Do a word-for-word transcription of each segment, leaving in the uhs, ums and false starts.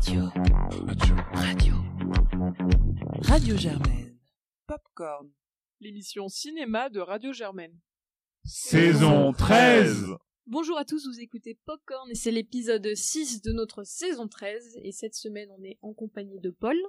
Radio. Radio. Radio. Radio Germaine. Popcorn, l'émission cinéma de Radio Germaine. Saison treize. Bonjour à tous, vous écoutez Popcorn et c'est l'épisode six de notre saison treize. Et cette semaine, on est en compagnie de Paul.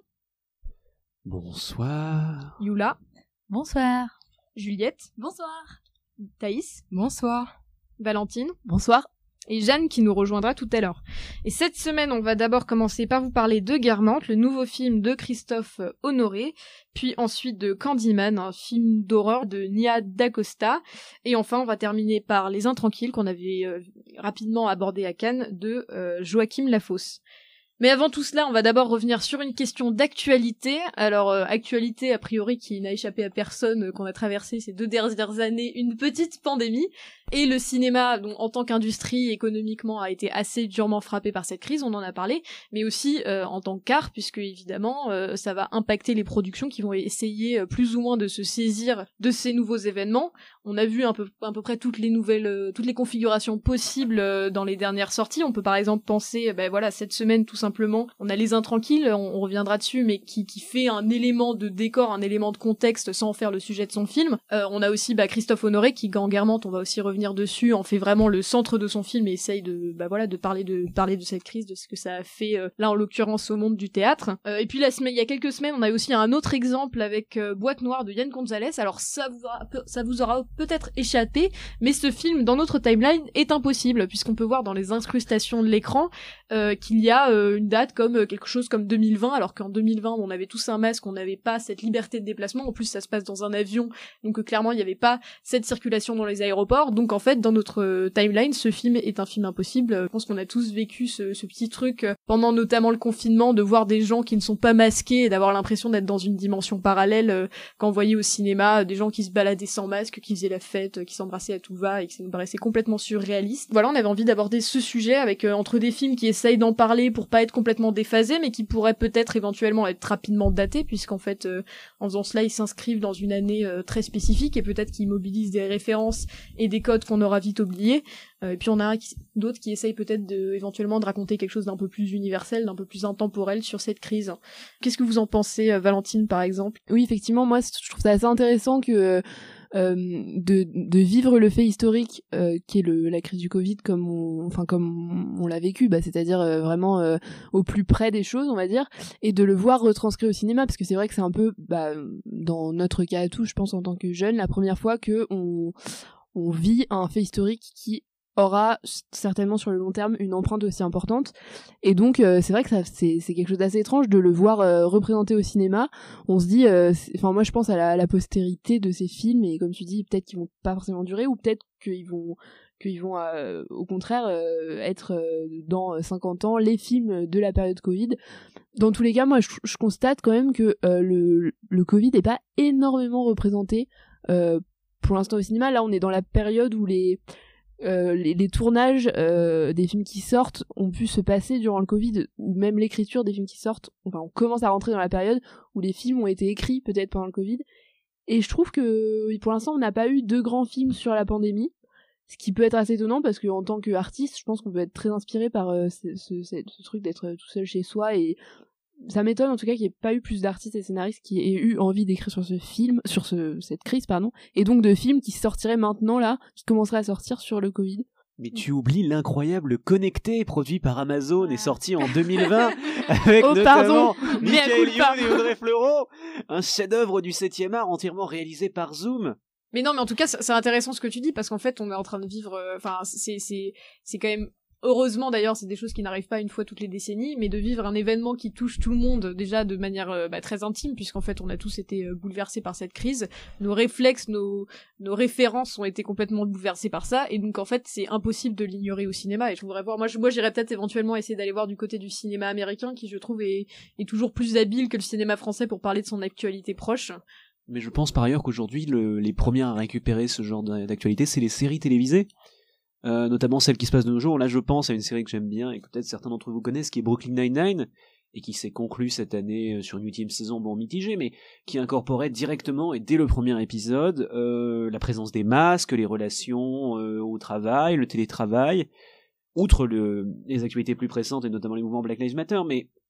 Bonsoir. Yula. Bonsoir. Juliette. Bonsoir. Thaïs. Bonsoir. Valentine. Bonsoir. Et Jeanne qui nous rejoindra tout à l'heure. Et cette semaine, on va d'abord commencer par vous parler de Guermantes, le nouveau film de Christophe Honoré, puis ensuite de Candyman, un film d'horreur de Nia DaCosta, et enfin on va terminer par Les Intranquilles qu'on avait euh, rapidement abordé à Cannes de euh, Joachim Lafosse. Mais avant tout cela, on va d'abord revenir sur une question d'actualité. Alors, euh, actualité a priori qui n'a échappé à personne, euh, qu'on a traversé ces deux dernières années, une petite pandémie. Et le cinéma, donc, en tant qu'industrie, économiquement, a été assez durement frappé par cette crise, on en a parlé, mais aussi euh, en tant qu'art, puisque évidemment, euh, ça va impacter les productions qui vont essayer euh, plus ou moins de se saisir de ces nouveaux événements. On a vu un peu, à peu près toutes les nouvelles, euh, toutes les configurations possibles euh, dans les dernières sorties. On peut par exemple penser, ben voilà, cette semaine tout simplement, Simplement, on a Les Intranquilles, on, on reviendra dessus, mais qui, qui fait un élément de décor, un élément de contexte sans en faire le sujet de son film. Euh, on a aussi bah, Christophe Honoré qui, dans Guermantes, on va aussi revenir dessus, en fait vraiment le centre de son film et essaye de, bah voilà, de parler de parler de cette crise, de ce que ça a fait euh, là en l'occurrence au monde du théâtre. Euh, et puis la semaine, il y a quelques semaines, on a aussi un autre exemple avec euh, Boîte Noire de Yann Gonzalez. Alors ça vous aura, ça vous aura peut-être échappé, mais ce film dans notre timeline est impossible puisqu'on peut voir dans les incrustations de l'écran euh, qu'il y a euh, une date comme euh, quelque chose comme deux mille vingt, alors qu'en deux mille vingt on avait tous un masque, on n'avait pas cette liberté de déplacement, en plus ça se passe dans un avion, donc euh, clairement il n'y avait pas cette circulation dans les aéroports, donc en fait dans notre euh, timeline ce film est un film impossible. Je pense qu'on a tous vécu ce, ce petit truc euh, pendant notamment le confinement, de voir des gens qui ne sont pas masqués et d'avoir l'impression d'être dans une dimension parallèle euh, quand on voyait au cinéma euh, des gens qui se baladaient sans masque, qui faisaient la fête, euh, qui s'embrassaient à tout va et que ça nous paraissait complètement surréaliste. Voilà, on avait envie d'aborder ce sujet avec euh, entre des films qui essayent d'en parler pour pas être complètement déphasés, mais qui pourraient peut-être éventuellement être rapidement datés, puisqu'en fait, euh, en faisant cela, ils s'inscrivent dans une année euh, très spécifique, et peut-être qu'ils mobilisent des références et des codes qu'on aura vite oubliés. Euh, et puis on a qui, d'autres qui essayent peut-être de, éventuellement de raconter quelque chose d'un peu plus universel, d'un peu plus intemporel sur cette crise. Qu'est-ce que vous en pensez, euh, Valentine, par exemple ? Oui, effectivement, moi, je trouve ça assez intéressant que... Euh... Euh, de, de vivre le fait historique euh, qui est le, la crise du Covid comme on, enfin comme on, on l'a vécu, bah, c'est-à-dire euh, vraiment euh, au plus près des choses, on va dire, et de le voir retranscrit au cinéma, parce que c'est vrai que c'est un peu, bah, dans notre cas à tous, je pense en tant que jeune, la première fois que on, on vit un fait historique qui aura certainement sur le long terme une empreinte aussi importante, et donc euh, c'est vrai que ça, c'est, c'est quelque chose d'assez étrange de le voir euh, représenté au cinéma. On se dit, enfin euh, moi je pense à la, à la postérité de ces films, et comme tu dis, peut-être qu'ils vont pas forcément durer, ou peut-être qu'ils vont qu'ils vont euh, au contraire euh, être euh, dans cinquante ans les films de la période Covid. Dans tous les cas, moi je, je constate quand même que euh, le, le Covid est pas énormément représenté euh, pour l'instant au cinéma. Là on est dans la période où les Euh, les, les tournages euh, des films qui sortent ont pu se passer durant le Covid, ou même l'écriture des films qui sortent, enfin on commence à rentrer dans la période où les films ont été écrits peut-être pendant le Covid, et je trouve que pour l'instant on n'a pas eu de grands films sur la pandémie, ce qui peut être assez étonnant parce qu'en tant qu'artiste je pense qu'on peut être très inspiré par euh, ce, ce, ce, ce truc d'être tout seul chez soi, et ça m'étonne en tout cas qu'il n'y ait pas eu plus d'artistes et scénaristes qui aient eu envie d'écrire sur ce film, sur ce, cette crise, pardon, et donc de films qui sortiraient maintenant là, qui commenceraient à sortir sur le Covid. Mais tu oublies l'incroyable Connecté, produit par Amazon et sorti en deux mille vingt, avec oh, notamment pardon. Michael Youn et Audrey Fleurot, un chef-d'œuvre du septième art entièrement réalisé par Zoom. Mais non, mais en tout cas, c'est intéressant ce que tu dis, parce qu'en fait, on est en train de vivre, enfin, euh, c'est, c'est, c'est quand même, heureusement d'ailleurs, c'est des choses qui n'arrivent pas une fois toutes les décennies, mais de vivre un événement qui touche tout le monde déjà de manière euh, bah, très intime, puisqu'en fait on a tous été euh, bouleversés par cette crise, nos réflexes, nos, nos références ont été complètement bouleversés par ça, et donc en fait c'est impossible de l'ignorer au cinéma, et je voudrais voir, moi, je, moi j'irais peut-être éventuellement essayer d'aller voir du côté du cinéma américain, qui je trouve est, est toujours plus habile que le cinéma français pour parler de son actualité proche. Mais je pense par ailleurs qu'aujourd'hui le, les premières à récupérer ce genre d'actualité, c'est les séries télévisées. Euh, notamment celle qui se passe de nos jours. Là je pense à une série que j'aime bien et que peut-être certains d'entre vous connaissent, qui est Brooklyn Nine-Nine, et qui s'est conclue cette année sur une huitième saison, bon mitigée, mais qui incorporait directement et dès le premier épisode euh, la présence des masques, les relations euh, au travail, le télétravail, outre le, les actualités plus pressantes et notamment les mouvements Black Lives Matter, mais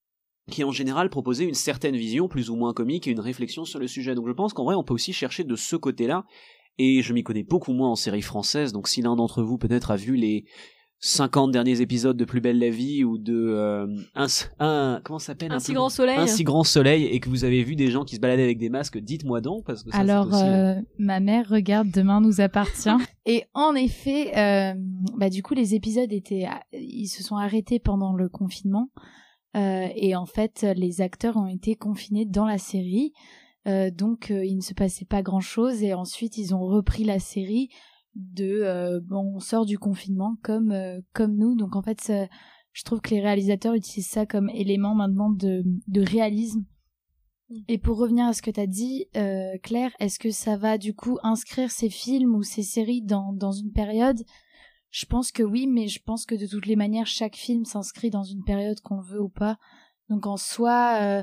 qui en général proposait une certaine vision plus ou moins comique et une réflexion sur le sujet. Donc je pense qu'en vrai on peut aussi chercher de ce côté-là, et je m'y connais beaucoup moins en séries françaises, donc si l'un d'entre vous peut-être a vu les cinquante derniers épisodes de Plus belle la vie ou de euh, un, un comment ça s'appelle Un, un si peu- grand soleil. un si grand soleil, et que vous avez vu des gens qui se baladaient avec des masques, dites-moi donc, parce que ça, Alors, c'est aussi... euh, ma mère regarde Demain nous appartient. Et en effet, euh, bah, du coup, les épisodes étaient, ils se sont arrêtés pendant le confinement. Euh, et en fait, les acteurs ont été confinés dans la série. Euh, donc, euh, il ne se passait pas grand-chose. Et ensuite, ils ont repris la série de euh, bon, on sort du confinement comme euh, comme nous. Donc, en fait, ça, je trouve que les réalisateurs utilisent ça comme élément maintenant de, de réalisme. Et pour revenir à ce que tu as dit, euh, Claire, est-ce que ça va du coup inscrire ces films ou ces séries dans, dans une période ? Je pense que oui, mais je pense que de toutes les manières, chaque film s'inscrit dans une période qu'on veut ou pas. Donc en soi, euh,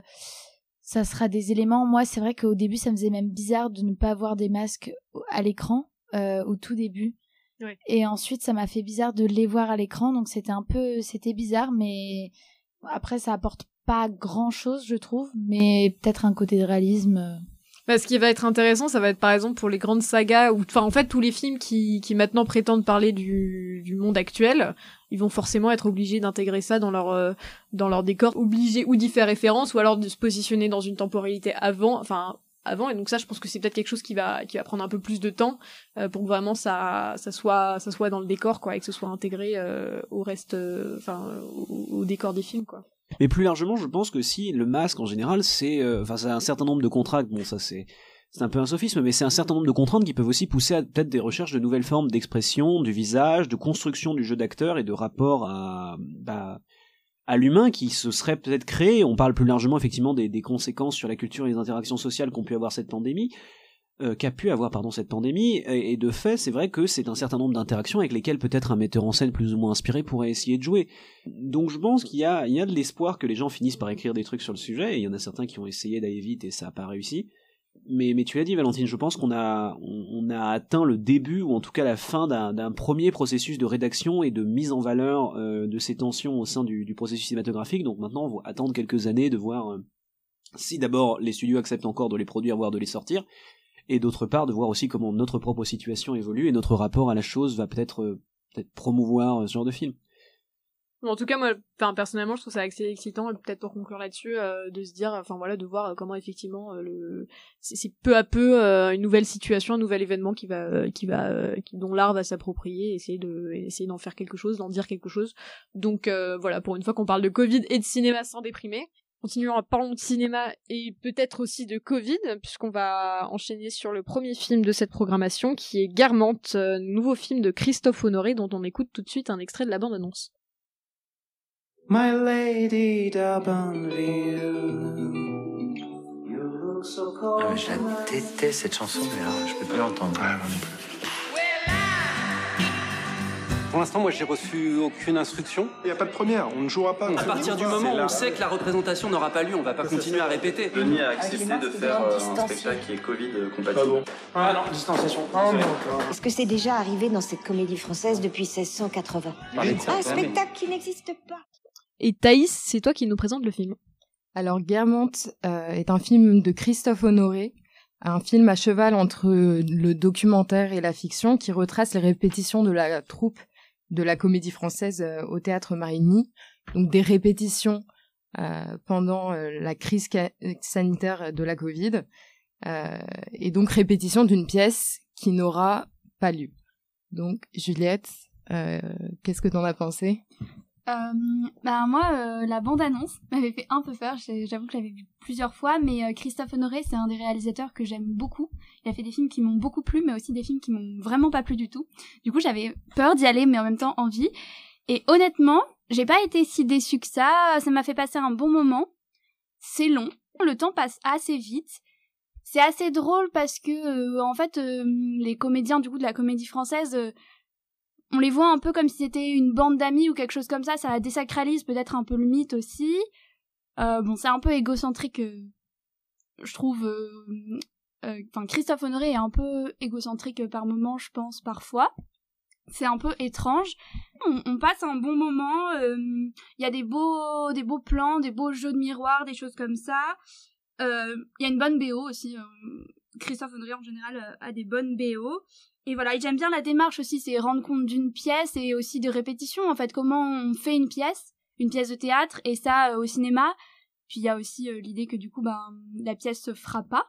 ça sera des éléments. Moi, c'est vrai qu'au début, ça me faisait même bizarre de ne pas avoir des masques à l'écran, euh, au tout début. Ouais. Et ensuite, ça m'a fait bizarre de les voir à l'écran, donc c'était un peu... C'était bizarre, mais après, ça apporte pas grand-chose, je trouve, mais peut-être un côté de réalisme... euh, Bah, ce qui va être intéressant, ça va être par exemple pour les grandes sagas, ou enfin en fait tous les films qui, qui maintenant prétendent parler du, du monde actuel, ils vont forcément être obligés d'intégrer ça dans leur euh, dans leur décor, obligés ou d'y faire référence, ou alors de se positionner dans une temporalité avant, enfin avant. Et donc ça, je pense que c'est peut-être quelque chose qui va qui va prendre un peu plus de temps euh, pour que vraiment ça ça soit ça soit dans le décor, quoi, et que ce soit intégré euh, au reste, enfin euh, au, au décor des films, quoi. Mais plus largement, je pense que si le masque en général, c'est, euh, enfin, c'est un certain nombre de contraintes. Bon, ça c'est, c'est un peu un sophisme, mais c'est un certain nombre de contraintes qui peuvent aussi pousser à peut-être des recherches de nouvelles formes d'expression du visage, de construction du jeu d'acteur et de rapport à, bah, à l'humain qui se serait peut-être créé. On parle plus largement effectivement des, des conséquences sur la culture et les interactions sociales qu'ont pu avoir cette pandémie. Euh, qu'a pu avoir pardon cette pandémie, et, et de fait c'est vrai que c'est un certain nombre d'interactions avec lesquelles peut-être un metteur en scène plus ou moins inspiré pourrait essayer de jouer. Donc je pense qu'il y a, il y a de l'espoir que les gens finissent par écrire des trucs sur le sujet, et il y en a certains qui ont essayé d'aller vite et ça n'a pas réussi. Mais, mais tu l'as dit Valentine, je pense qu'on a, on, on a atteint le début, ou en tout cas la fin d'un, d'un premier processus de rédaction et de mise en valeur euh, de ces tensions au sein du, du processus cinématographique. Donc maintenant on va attendre quelques années de voir euh, si d'abord les studios acceptent encore de les produire, voire de les sortir, et d'autre part de voir aussi comment notre propre situation évolue et notre rapport à la chose va peut-être euh, peut-être promouvoir euh, ce genre de film. En tout cas, moi, enfin personnellement, je trouve ça assez excitant, et peut-être pour conclure là-dessus, euh, de se dire, enfin voilà, de voir euh, comment effectivement euh, le, c'est, c'est peu à peu euh, une nouvelle situation, un nouvel événement qui va, euh, qui va, euh, qui, dont l'art va s'approprier, essayer de, essayer d'en faire quelque chose, d'en dire quelque chose. Donc euh, voilà, pour une fois qu'on parle de Covid et de cinéma sans déprimer. Continuons en parlant de cinéma et peut-être aussi de Covid, puisqu'on va enchaîner sur le premier film de cette programmation, qui est Guermantes, euh, nouveau film de Christophe Honoré, dont on écoute tout de suite un extrait de la bande-annonce. My lady d'Abanville, you look so cold. Ah, mais je la déteste cette chanson, mais là, je peux plus l'entendre. Ouais, moi non plus. Pour l'instant, moi, j'ai reçu aucune instruction. Il n'y a pas de première, on ne jouera pas. À partir du moment où on sait que la représentation n'aura pas lieu, on va pas continuer à répéter. Denis a accepté de faire euh, un spectacle qui est Covid compatible. Ah bon? Ah non, distanciation. Oh non. Est-ce que c'est déjà arrivé dans cette comédie française depuis seize cent quatre-vingts? Un spectacle qui n'existe pas. Et Thaïs, c'est toi qui nous présente le film. Alors, Guermantes euh, est un film de Christophe Honoré, un film à cheval entre le documentaire et la fiction qui retrace les répétitions de la troupe de la comédie française euh, au Théâtre Marigny, donc des répétitions euh, pendant euh, la crise ca- sanitaire de la Covid, euh, et donc répétition d'une pièce qui n'aura pas lieu. Donc, Juliette, euh, qu'est-ce que t'en as pensé ? Euh, bah moi, euh, la bande-annonce m'avait fait un peu peur. J'avoue que je l'avais vu plusieurs fois, mais euh, Christophe Honoré, c'est un des réalisateurs que j'aime beaucoup. Il a fait des films qui m'ont beaucoup plu, mais aussi des films qui m'ont vraiment pas plu du tout. Du coup, j'avais peur d'y aller, mais en même temps envie. Et honnêtement, j'ai pas été si déçue que ça. Ça m'a fait passer un bon moment. C'est long, le temps passe assez vite. C'est assez drôle parce que, euh, en fait, euh, les comédiens du coup de la comédie française. Euh, On les voit un peu comme si c'était une bande d'amis ou quelque chose comme ça. Ça désacralise peut-être un peu le mythe aussi. Euh, bon, c'est un peu égocentrique, euh, je trouve. Enfin, euh, euh, Christophe Honoré est un peu égocentrique par moments, je pense, parfois. c'est un peu étrange. On, on passe un bon moment, il euh, y a des beaux, des beaux plans, des beaux jeux de miroir, des choses comme ça. Il euh, y a une bonne B O aussi. Euh, Christophe Honoré en général euh, a des bonnes B O. Et voilà, et j'aime bien la démarche aussi, c'est rendre compte d'une pièce et aussi de répétition. En fait, comment on fait une pièce, une pièce de théâtre, et ça euh, au cinéma. Puis il y a aussi euh, l'idée que du coup, ben, la pièce se fera pas.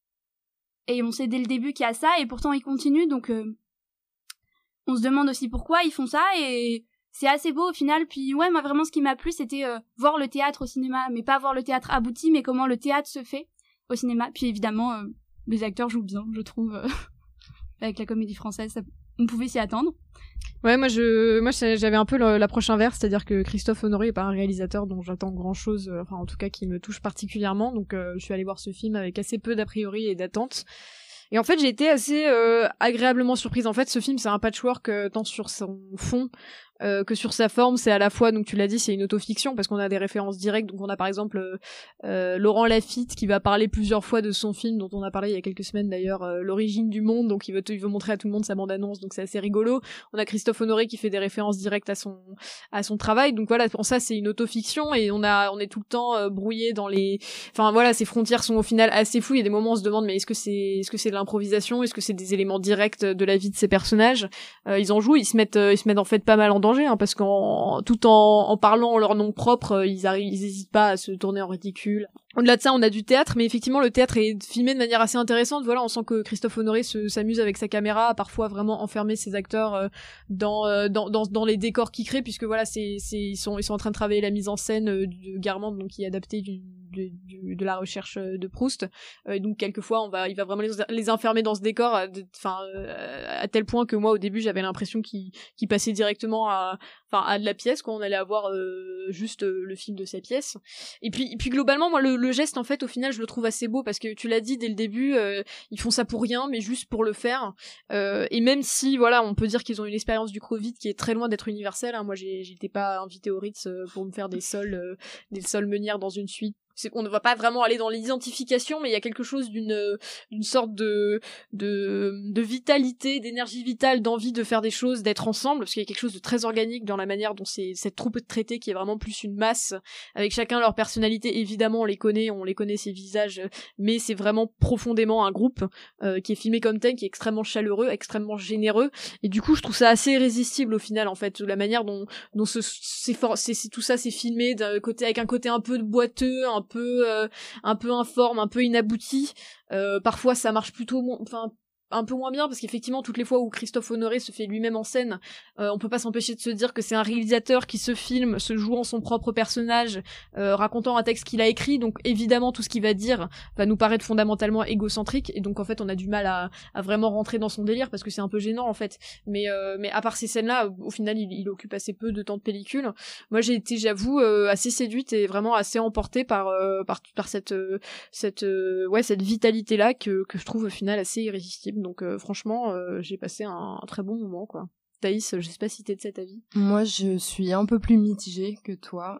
Et on sait dès le début qu'il y a ça, et pourtant il continue, donc... Euh, on se demande aussi pourquoi ils font ça, et c'est assez beau au final. Puis ouais, moi vraiment ce qui m'a plu, c'était euh, voir le théâtre au cinéma, mais pas voir le théâtre abouti, mais comment le théâtre se fait au cinéma. Puis évidemment, euh, les acteurs jouent bien, je trouve. Euh, avec la comédie française, ça, on pouvait s'y attendre. Ouais, moi je, moi j'avais un peu l'approche inverse, c'est-à-dire que Christophe Honoré est pas un réalisateur dont j'attends grand-chose, euh, enfin en tout cas qui me touche particulièrement, donc euh, je suis allée voir ce film avec assez peu d'a priori et d'attentes. Et en fait, j'ai été assez euh, agréablement surprise. En fait, ce film, c'est un patchwork euh, tant sur son fond euh, que sur sa forme. C'est à la fois, donc tu l'as dit, c'est une autofiction parce qu'on a des références directes. Donc on a par exemple euh, euh, Laurent Lafitte qui va parler plusieurs fois de son film dont on a parlé il y a quelques semaines d'ailleurs, euh, L'origine du monde. Donc il veut, il veut montrer à tout le monde sa bande-annonce. Donc c'est assez rigolo. On a Christophe Honoré qui fait des références directes à son à son travail. Donc voilà, pour ça c'est une autofiction et on a on est tout le temps euh, brouillé dans les. Enfin voilà, ces frontières sont au final assez floues. Il y a des moments où on se demande mais est-ce que c'est est-ce que c'est de l'improvisation, est-ce que c'est des éléments directs de la vie de ces personnages. Euh, ils en jouent, ils se mettent euh, ils se mettent en fait pas mal en danger hein, parce qu'en tout en, en parlant leur nom propre, euh, ils arrivent, ils hésitent pas à se tourner en ridicule. Au-delà de ça, on a du théâtre, mais effectivement le théâtre est filmé de manière assez intéressante. Voilà, on sent que Christophe Honoré se, s'amuse avec sa caméra, à parfois vraiment enfermer ses acteurs euh, dans, euh, dans dans dans les décors qu'il crée, puisque voilà, c'est c'est ils sont ils sont en train de travailler la mise en scène euh, de Guermantes, donc qui est adapté du de, du, de la recherche de Proust. Euh, et donc quelquefois, on va il va vraiment les, les enfermer dans ce décor, enfin euh, à tel point que moi au début j'avais l'impression qu'il qu'il passait directement à enfin à de la pièce, quoi. On allait avoir euh, juste euh, le film de sa pièce. Et puis et puis globalement, moi le le geste en fait au final je le trouve assez beau parce que tu l'as dit dès le début, euh, ils font ça pour rien mais juste pour le faire, euh, et même si voilà on peut dire qu'ils ont une expérience du Covid qui est très loin d'être universelle hein. Moi j'ai j'étais pas invitée au Ritz pour me faire des sols euh, des sols meunières dans une suite. C'est qu'on ne va pas vraiment aller dans l'identification, mais il y a quelque chose d'une d'une sorte de de de vitalité, d'énergie vitale, d'envie de faire des choses, d'être ensemble, parce qu'il y a quelque chose de très organique dans la manière dont c'est cette troupe est traitée, qui est vraiment plus une masse avec chacun leur personnalité. Évidemment, on les connaît, on les connaît ces visages, mais c'est vraiment profondément un groupe euh, qui est filmé comme tel, qui est extrêmement chaleureux, extrêmement généreux, et du coup, je trouve ça assez irrésistible au final, en fait, la manière dont dont ce c'est for- c'est, c'est tout ça c'est filmé d'un côté avec un côté un peu boiteux, un peu euh, un peu informe, un peu inabouti. Euh, parfois ça marche plutôt mo- enfin un peu moins bien parce qu'effectivement toutes les fois où Christophe Honoré se fait lui-même en scène, euh, on peut pas s'empêcher de se dire que c'est un réalisateur qui se filme, se jouant son propre personnage, euh, racontant un texte qu'il a écrit, donc évidemment tout ce qu'il va dire va nous paraître fondamentalement égocentrique et donc en fait on a du mal à, à vraiment rentrer dans son délire parce que c'est un peu gênant en fait. Mais euh, mais à part ces scènes-là, au final il, il occupe assez peu de temps de pellicule. Moi j'ai été, j'avoue, euh, assez séduite et vraiment assez emportée par euh, par par cette euh, cette euh, ouais cette vitalité là que que je trouve au final assez irrésistible. Donc euh, franchement, euh, j'ai passé un, un très bon moment, quoi. Thaïs, je sais pas si t'es de cet avis. Moi, je suis un peu plus mitigée que toi.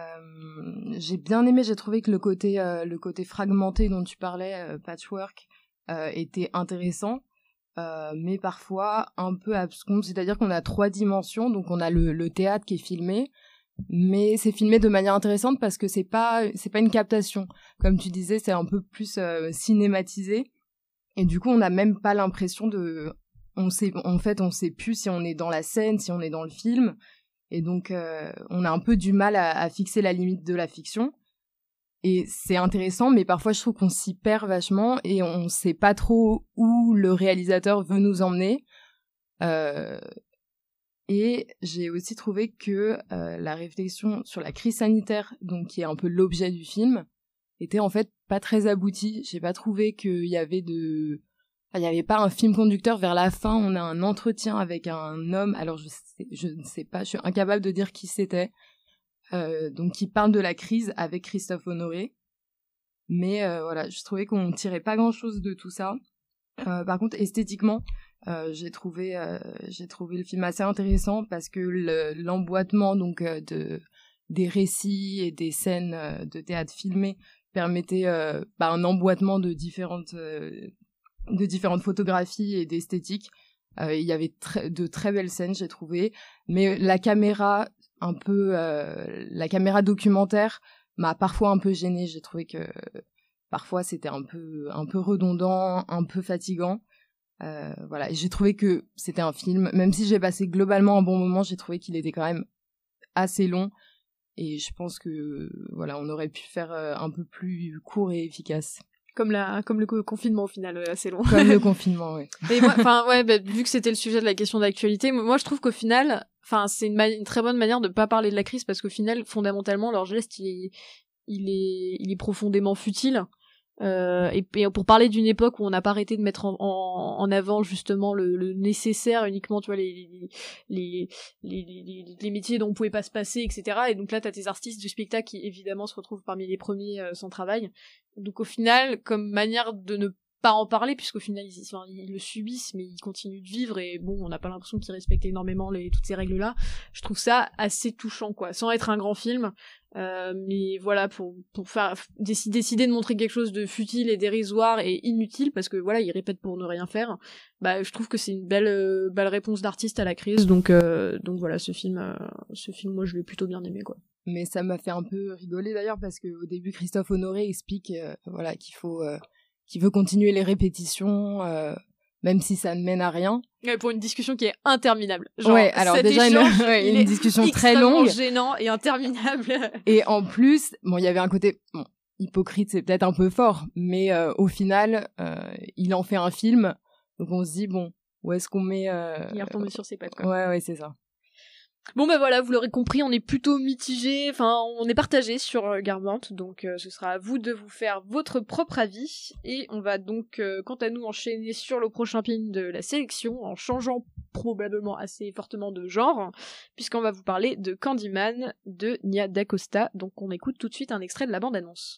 Euh, j'ai bien aimé, j'ai trouvé que le côté, euh, le côté fragmenté dont tu parlais, euh, patchwork, euh, était intéressant, euh, mais parfois un peu abscon. C'est-à-dire qu'on a trois dimensions, donc on a le, le théâtre qui est filmé, mais c'est filmé de manière intéressante parce que c'est pas, c'est pas une captation. Comme tu disais, c'est un peu plus euh, cinématisé. Et du coup, on n'a même pas l'impression de... On sait, en fait, on sait plus si on est dans la scène, si on est dans le film. Et donc, euh, on a un peu du mal à, à fixer la limite de la fiction. Et c'est intéressant, mais parfois, je trouve qu'on s'y perd vachement et on sait pas trop où le réalisateur veut nous emmener. Euh, et j'ai aussi trouvé que euh, la réflexion sur la crise sanitaire, donc qui est un peu l'objet du film, était en fait pas très abouti. J'ai pas trouvé qu'il y avait de... Enfin, il y avait pas un film conducteur. Vers la fin, on a un entretien avec un homme, alors je sais, je ne sais pas, je suis incapable de dire qui c'était, euh, donc qui parle de la crise avec Christophe Honoré. Mais euh, voilà, je trouvais qu'on tirait pas grand-chose de tout ça. Euh, par contre, esthétiquement, euh, j'ai trouvé euh, j'ai trouvé le film assez intéressant parce que le, l'emboîtement donc euh, de des récits et des scènes euh, de théâtre filmées permettait euh, bah, un emboîtement de différentes euh, de différentes photographies et d'esthétiques. Euh, il y avait très, de très belles scènes, j'ai trouvé, mais la caméra, un peu, euh, la caméra documentaire m'a parfois un peu gênée. J'ai trouvé que parfois c'était un peu, un peu redondant, un peu fatigant. Euh, voilà, et j'ai trouvé que c'était un film, même si j'ai passé globalement un bon moment, j'ai trouvé qu'il était quand même assez long. Et je pense que voilà, on aurait pu faire euh, un peu plus court et efficace. Comme la, comme le confinement au final, euh, assez long. Comme le confinement, oui. Et moi, enfin ouais, bah, vu que c'était le sujet de la question d'actualité, moi je trouve qu'au final, enfin c'est une, ma- une très bonne manière de pas parler de la crise parce qu'au final, fondamentalement, leur geste il est, il est, il est profondément futile. Euh, et, et pour parler d'une époque où on n'a pas arrêté de mettre en, en, en avant justement le, le nécessaire uniquement, tu vois, les les, les, les, les, les métiers dont on pouvait pas se passer, et cetera. Et donc là, t'as tes artistes du spectacle qui évidemment se retrouvent parmi les premiers euh, sans travail. Donc au final, comme manière de ne pas en parler, puisqu'au final ils, enfin, ils le subissent, mais ils continuent de vivre, et bon, on n'a pas l'impression qu'ils respectent énormément les, toutes ces règles-là. Je trouve ça assez touchant, quoi, sans être un grand film. Euh, mais voilà, pour pour faire décider, décider de montrer quelque chose de futile et dérisoire et inutile, parce que voilà, ils répètent pour ne rien faire. Bah, je trouve que c'est une belle euh, belle réponse d'artiste à la crise. Donc euh, donc voilà, ce film, euh, ce film, moi, je l'ai plutôt bien aimé, quoi. Mais ça m'a fait un peu rigoler d'ailleurs parce que au début, Christophe Honoré explique, euh, voilà, qu'il faut, euh, qu'il veut continuer les répétitions. Euh, même si ça ne mène à rien. Ouais, pour une discussion qui est interminable. Genre, ouais, alors cet déjà échange, une, ouais, il une est discussion très longue, gênant et interminable. Et en plus, bon, il y avait un côté bon, hypocrite, c'est peut-être un peu fort, mais euh, au final, euh, il en fait un film, donc on se dit bon, où est-ce qu'on met euh... Il est retombé sur ses pattes, quoi. Ouais, ouais, c'est ça. Bon bah voilà, vous l'aurez compris, on est plutôt mitigé, enfin on est partagé sur euh, Garment, donc euh, ce sera à vous de vous faire votre propre avis, et on va donc euh, quant à nous enchaîner sur le prochain film de la sélection, en changeant probablement assez fortement de genre, puisqu'on va vous parler de Candyman de Nia DaCosta, donc on écoute tout de suite un extrait de la bande-annonce.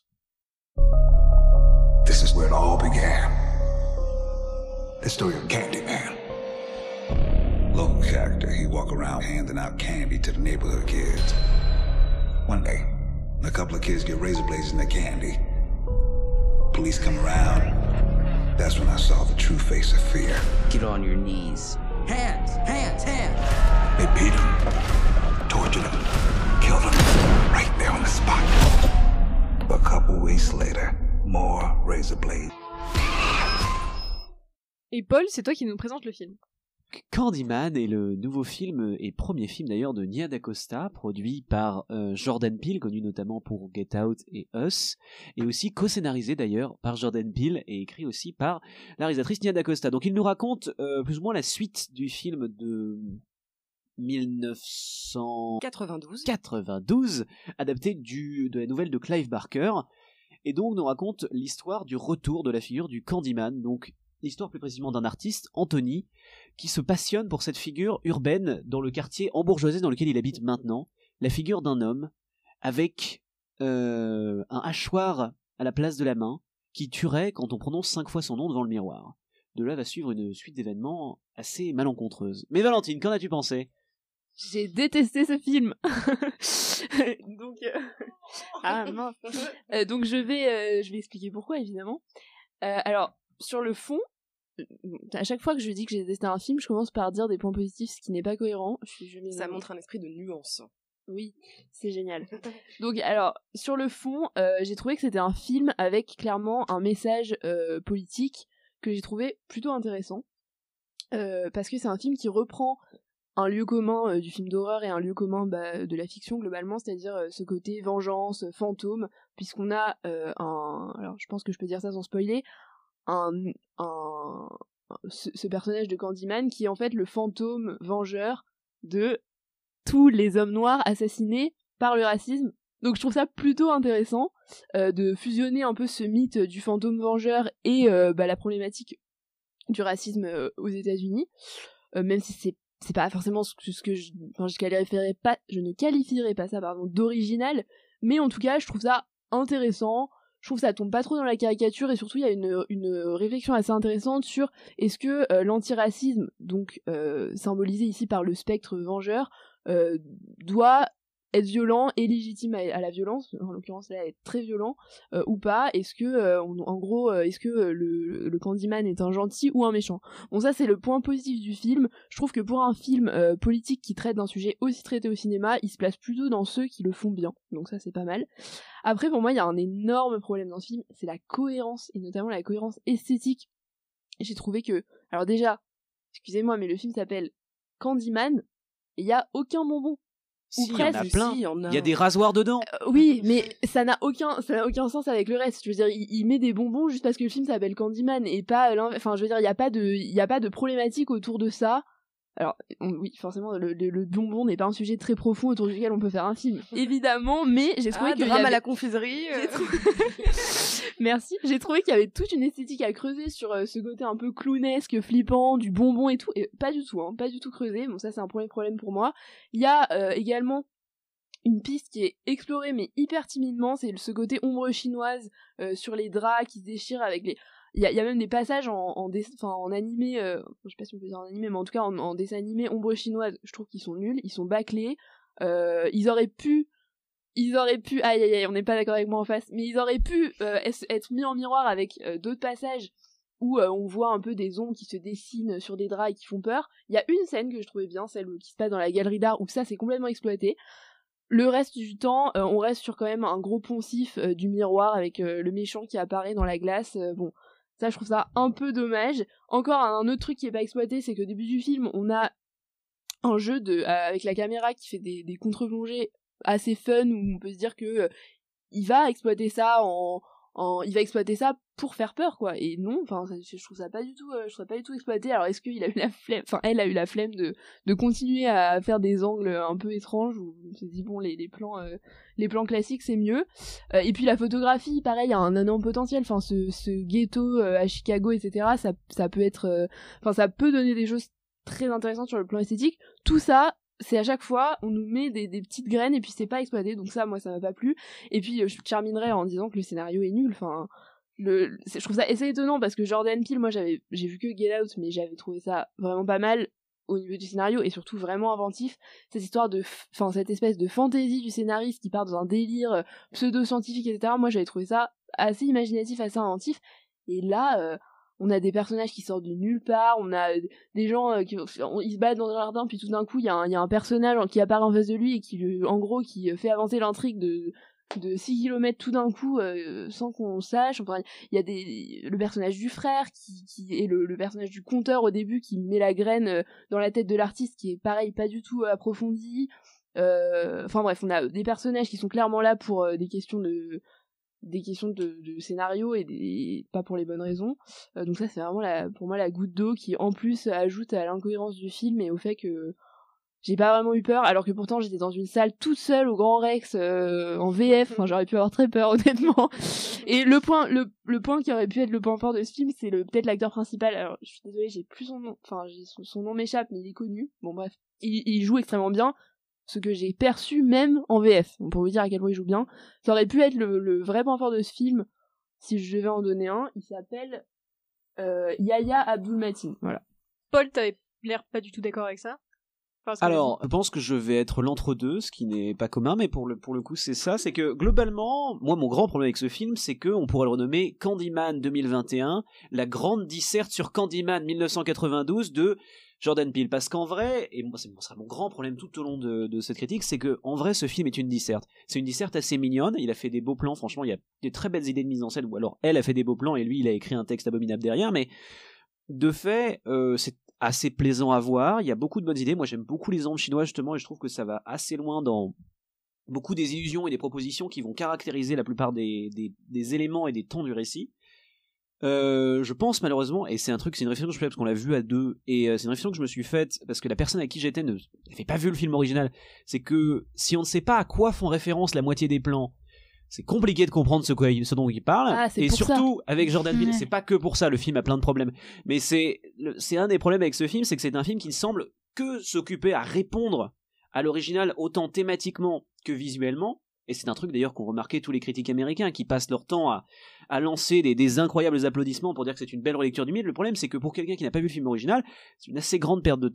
This is where it all began. The story of Candyman. Local character, he walk around handing out candy to the neighborhood kids. One day, a couple of kids get razor blades in their candy. Police come around. That's when I saw the true face of fear. Get on your knees. Hands, hands, hands. They beat him, tortured him, killed him, right there on the spot. A couple weeks later, more razor blades. Et Paul, c'est toi qui nous présente le film. Candyman est le nouveau film et premier film d'ailleurs de Nia DaCosta, produit par euh, Jordan Peele, connu notamment pour Get Out et Us, et aussi co-scénarisé d'ailleurs par Jordan Peele et écrit aussi par la réalisatrice Nia DaCosta. Donc il nous raconte euh, plus ou moins la suite du film de mille neuf cent quatre-vingt-douze, adapté du, de la nouvelle de Clive Barker, et donc nous raconte l'histoire du retour de la figure du Candyman, donc l'histoire plus précisément d'un artiste, Anthony, qui se passionne pour cette figure urbaine dans le quartier embourgeoisé dans lequel il habite maintenant, la figure d'un homme avec euh, un hachoir à la place de la main qui tuerait quand on prononce cinq fois son nom devant le miroir. De là va suivre une suite d'événements assez malencontreuse. Mais Valentine, qu'en as-tu pensé ? J'ai détesté ce film. donc, euh... ah mince. Euh, donc je vais, euh, je vais expliquer pourquoi évidemment. Euh, alors sur le fond, à chaque fois que je dis que j'ai détesté un film, je commence par dire des points positifs, ce qui n'est pas cohérent. Je suis, je Ça montre un esprit de nuance. Oui, c'est génial. Donc, alors, sur le fond, euh, j'ai trouvé que c'était un film avec clairement un message euh, politique que j'ai trouvé plutôt intéressant. Euh, parce que c'est un film qui reprend un lieu commun euh, du film d'horreur et un lieu commun bah, de la fiction globalement, c'est-à-dire euh, ce côté vengeance, fantôme, puisqu'on a euh, un... Alors, je pense que je peux dire ça sans spoiler, Un, un, ce, ce personnage de Candyman qui est en fait le fantôme vengeur de tous les hommes noirs assassinés par le racisme. Donc je trouve ça plutôt intéressant euh, de fusionner un peu ce mythe du fantôme vengeur et euh, bah, la problématique du racisme euh, aux États-Unis, euh, même si c'est c'est pas forcément ce que, ce que je, enfin, je qualifierais pas, je ne qualifierais pas ça pardon d'original, mais en tout cas je trouve ça intéressant. Je trouve que ça tombe pas trop dans la caricature et surtout il y a une, une réflexion assez intéressante sur est-ce que euh, l'antiracisme, donc euh, symbolisé ici par le spectre vengeur, euh, doit être violent et légitime à, à la violence, en l'occurrence là être très violent euh, ou pas, est-ce que euh, on, en gros euh, est-ce que euh, le, le Candyman est un gentil ou un méchant. Bon ça c'est le point positif du film, je trouve que pour un film euh, politique qui traite d'un sujet aussi traité au cinéma, il se place plutôt dans ceux qui le font bien, donc ça c'est pas mal. Après pour moi il y a un énorme problème dans ce film, c'est la cohérence, et notamment la cohérence esthétique. J'ai trouvé que, alors déjà, excusez-moi mais le film s'appelle Candyman, et il y a aucun bonbon. Si, il y en a plein. Il y, a... y a des rasoirs dedans. Euh, oui, mais ça n'a aucun, ça n'a aucun sens avec le reste. Je veux dire, il, il met des bonbons juste parce que le film s'appelle Candyman et pas l'inverse. Enfin, je veux dire, il y a pas de, il y a pas de problématique autour de ça. Alors, on, oui, forcément, le, le, le bonbon n'est pas un sujet très profond autour duquel on peut faire un film, évidemment. Mais j'ai trouvé ah, que drame avait... à la confiserie. Euh... J'ai trouvé... Merci. J'ai trouvé qu'il y avait toute une esthétique à creuser sur euh, ce côté un peu clownesque, flippant, du bonbon et tout. Et pas du tout, hein, pas du tout creusé. Bon, ça c'est un premier problème pour moi. Il y a euh, également une piste qui est explorée mais hyper timidement, c'est ce côté ombre chinoise euh, sur les draps qui se déchirent avec les... Il y a, y a même des passages en, en, dess... enfin, en animé, euh... je sais pas si on peut dire en animé, mais en tout cas en, en dessin animé ombre chinoise, je trouve qu'ils sont nuls, ils sont bâclés, euh, ils auraient pu... Ils auraient pu... Aïe aïe aïe, on n'est pas d'accord avec moi en face, mais ils auraient pu euh, être mis en miroir avec euh, d'autres passages où euh, on voit un peu des ombres qui se dessinent sur des draps et qui font peur. Il y a une scène que je trouvais bien, celle qui se passe dans la galerie d'art, où ça c'est complètement exploité. Le reste du temps, euh, on reste sur quand même un gros poncif euh, du miroir avec euh, le méchant qui apparaît dans la glace. Euh, bon, ça je trouve ça un peu dommage. Encore un autre truc qui est pas exploité, c'est qu'au début du film, on a un jeu de euh, avec la caméra qui fait des, des contre-plongées assez fun, où on peut se dire que euh, il va exploiter ça en, en il va exploiter ça pour faire peur quoi. Et non, enfin je trouve ça pas du tout, euh, je trouve ça pas du tout exploité. Alors est-ce qu'il a eu la flemme, enfin elle a eu la flemme de de continuer à faire des angles un peu étranges où on s'est dit bon les les plans euh, les plans classiques c'est mieux. Euh, et puis la photographie pareil, il y a un énorme potentiel. Enfin ce ce ghetto euh, à Chicago et cetera. Ça ça peut être, enfin euh, ça peut donner des choses très intéressantes sur le plan esthétique. Tout ça c'est à chaque fois on nous met des, des petites graines et puis c'est pas exploité, donc ça moi ça m'a pas plu. Et puis euh, je terminerai en disant que le scénario est nul. Enfin le je trouve ça assez étonnant parce que Jordan Peele, moi j'avais j'ai vu que Get Out mais j'avais trouvé ça vraiment pas mal au niveau du scénario et surtout vraiment inventif. Cette histoire de enfin cette espèce de fantaisie du scénariste qui part dans un délire pseudo-scientifique etc. Moi j'avais trouvé ça assez imaginatif, assez inventif. Et là euh, on a des personnages qui sortent de nulle part, on a des gens euh, qui on, ils se battent dans un jardin, puis tout d'un coup il y, y a un personnage qui apparaît en face de lui et qui en gros qui fait avancer l'intrigue de de six kilomètres tout d'un coup euh, sans qu'on sache. Enfin, il y a des le personnage du frère qui qui est le, le personnage du conteur au début qui met la graine euh, dans la tête de l'artiste qui est pareil pas du tout euh, approfondi. Euh, enfin bref, on a des personnages qui sont clairement là pour euh, des questions de des questions de, de scénario et, des, et pas pour les bonnes raisons. Euh, donc ça c'est vraiment la, pour moi la goutte d'eau qui en plus ajoute à l'incohérence du film et au fait que j'ai pas vraiment eu peur, alors que pourtant j'étais dans une salle toute seule au Grand Rex euh, en V F. Enfin j'aurais pu avoir très peur honnêtement. Et le point le le point qui aurait pu être le point fort de ce film, c'est le peut-être l'acteur principal. Alors je suis désolée, j'ai plus son nom, enfin j'ai son, son nom m'échappe mais il est connu. Bon bref, il, il joue extrêmement bien. Ce que j'ai perçu même en V F, pour vous dire à quel point il joue bien. Ça aurait pu être le, le vrai point fort de ce film, si je devais en donner un. Il s'appelle euh, Yahya Abdul-Mateen, voilà. Paul, t'avais l'air pas du tout d'accord avec ça? Enfin, alors, je pense que je vais être l'entre-deux, ce qui n'est pas commun, mais pour le, pour le coup c'est ça, c'est que globalement, moi mon grand problème avec ce film, c'est qu'on pourrait le renommer Candyman deux mille vingt et un, la grande disserte sur Candyman dix-neuf cent quatre-vingt-douze de Jordan Peele, parce qu'en vrai, et moi, ce sera mon grand problème tout au long de, de cette critique, c'est que en vrai ce film est une disserte. C'est une disserte assez mignonne, il a fait des beaux plans, franchement il y a des très belles idées de mise en scène, ou alors elle a fait des beaux plans et lui il a écrit un texte abominable derrière, mais de fait euh, c'est assez plaisant à voir, il y a beaucoup de bonnes idées. Moi j'aime beaucoup les ombres chinois justement et je trouve que ça va assez loin dans beaucoup des illusions et des propositions qui vont caractériser la plupart des, des, des éléments et des tons du récit. Euh, je pense malheureusement, et c'est un truc, c'est une réflexion que je fais parce qu'on l'a vu à deux, et euh, c'est une réflexion que je me suis faite parce que la personne avec qui j'étais ne n'avait pas vu le film original. C'est que si on ne sait pas à quoi font référence la moitié des plans, c'est compliqué de comprendre ce, quoi, ce dont il parle. Ah, et surtout ça. Avec Jordan Peele, ouais. c'est pas que pour ça, le film a plein de problèmes, mais c'est c'est un des problèmes avec ce film, c'est que c'est un film qui ne semble que s'occuper à répondre à l'original autant thématiquement que visuellement. Et c'est un truc d'ailleurs qu'ont remarqué tous les critiques américains qui passent leur temps à, à lancer des, des incroyables applaudissements pour dire que c'est une belle relecture du mythe. Le problème c'est que pour quelqu'un qui n'a pas vu le film original, c'est une assez grande perte de temps.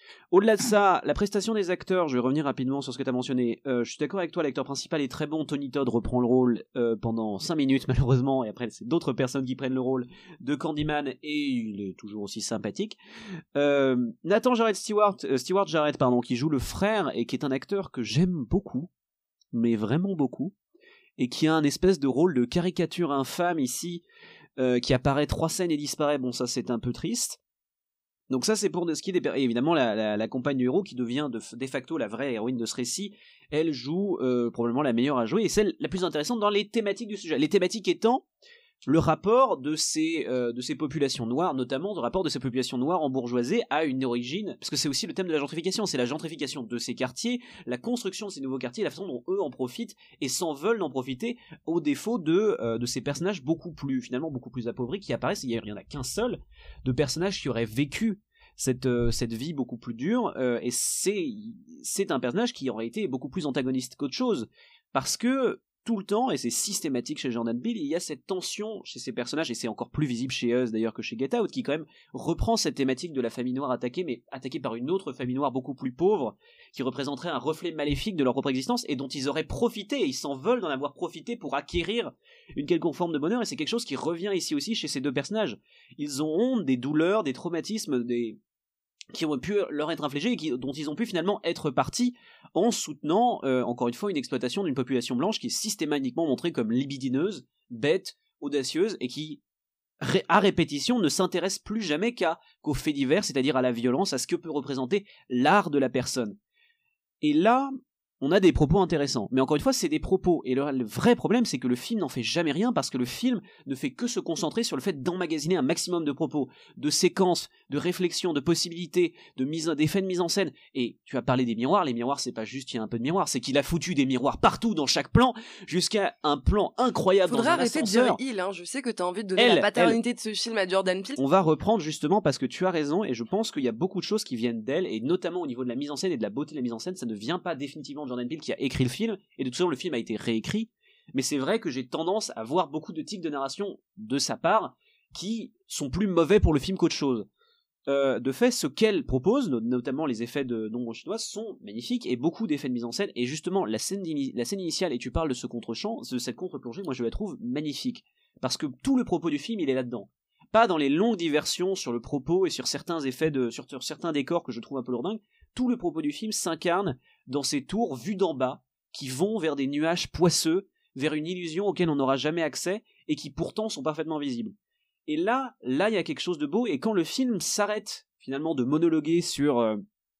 Au-delà de ça, la prestation des acteurs, je vais revenir rapidement sur ce que tu as mentionné. Euh, je suis d'accord avec toi, l'acteur principal est très bon. Tony Todd reprend le rôle euh, pendant cinq minutes malheureusement, et après c'est d'autres personnes qui prennent le rôle de Candyman, et il est toujours aussi sympathique. Euh, Nathan Jarrett Stewart, euh, Stewart Jarrett, pardon, qui joue le frère et qui est un acteur que j'aime beaucoup, mais vraiment beaucoup, et qui a un espèce de rôle de caricature infâme ici, euh, qui apparaît trois scènes et disparaît. Bon, ça c'est un peu triste. Donc ça c'est pour de ce qui est des... Et évidemment la, la, la compagne du héros qui devient de, de facto la vraie héroïne de ce récit, elle joue euh, probablement la meilleure à jouer et celle la plus intéressante dans les thématiques du sujet. Les thématiques étant le rapport de ces, euh, de ces populations noires, notamment le rapport de ces populations noires embourgeoisées à une origine, parce que c'est aussi le thème de la gentrification, c'est la gentrification de ces quartiers, la construction de ces nouveaux quartiers, la façon dont eux en profitent et s'en veulent d'en profiter au défaut de, euh, de ces personnages beaucoup plus, finalement beaucoup plus appauvris qui apparaissent. Il n'y en a qu'un seul de personnages qui auraient vécu cette, euh, cette vie beaucoup plus dure, euh, et c'est, c'est un personnage qui aurait été beaucoup plus antagoniste qu'autre chose, parce que tout le temps, et c'est systématique chez Jordan Peele, il y a cette tension chez ces personnages, et c'est encore plus visible chez Us d'ailleurs que chez Get Out, qui quand même reprend cette thématique de la famille noire attaquée, mais attaquée par une autre famille noire beaucoup plus pauvre, qui représenterait un reflet maléfique de leur propre existence, et dont ils auraient profité, et ils s'en veulent d'en avoir profité pour acquérir une quelconque forme de bonheur, et c'est quelque chose qui revient ici aussi chez ces deux personnages. Ils ont honte des douleurs, des traumatismes, des... qui ont pu leur être infligés et qui, dont ils ont pu finalement être partis en soutenant, euh, encore une fois, une exploitation d'une population blanche qui est systématiquement montrée comme libidineuse, bête, audacieuse, et qui, ré- à répétition, ne s'intéresse plus jamais qu'à, qu'aux faits divers, c'est-à-dire à la violence, à ce que peut représenter l'art de la personne. Et là, on a des propos intéressants. Mais encore une fois, c'est des propos. Et le, le vrai problème, c'est que le film n'en fait jamais rien, parce que le film ne fait que se concentrer sur le fait d'emmagasiner un maximum de propos, de séquences, de réflexions, de possibilités, de mise, d'effets de mise en scène. Et tu as parlé des miroirs. Les miroirs, c'est pas juste il y a un peu de miroirs, c'est qu'il a foutu des miroirs partout dans chaque plan, jusqu'à un plan incroyable Faudrait dans un arrêter ascenseur. de dire il, hein. Je sais que t'as envie de donner Elle, la paternité elle. de ce film à Jordan Peele. On va reprendre justement parce que tu as raison, et je pense qu'il y a beaucoup de choses qui viennent d'elle, et notamment au niveau de la mise en scène et de la beauté de la mise en scène. Ça ne vient pas définitivement de Jordan Peele qui a écrit le film, et de toute façon le film a été réécrit, mais c'est vrai que j'ai tendance à voir beaucoup de tics de narration de sa part qui sont plus mauvais pour le film qu'autre chose. Euh, de fait, ce qu'elle propose, notamment les effets de d'ombre chinoise, sont magnifiques, et beaucoup d'effets de mise en scène, et justement la scène, la scène initiale, et tu parles de ce contre-champ, de cette contre-plongée, moi je la trouve magnifique, parce que tout le propos du film il est là-dedans, pas dans les longues diversions sur le propos et sur certains effets de, sur, sur certains décors que je trouve un peu lourdingues. Tout le propos du film s'incarne dans ces tours vues d'en bas, qui vont vers des nuages poisseux, vers une illusion auquel on n'aura jamais accès, et qui pourtant sont parfaitement visibles. Et là, là, il y a quelque chose de beau, et quand le film s'arrête, finalement, de monologuer sur, euh,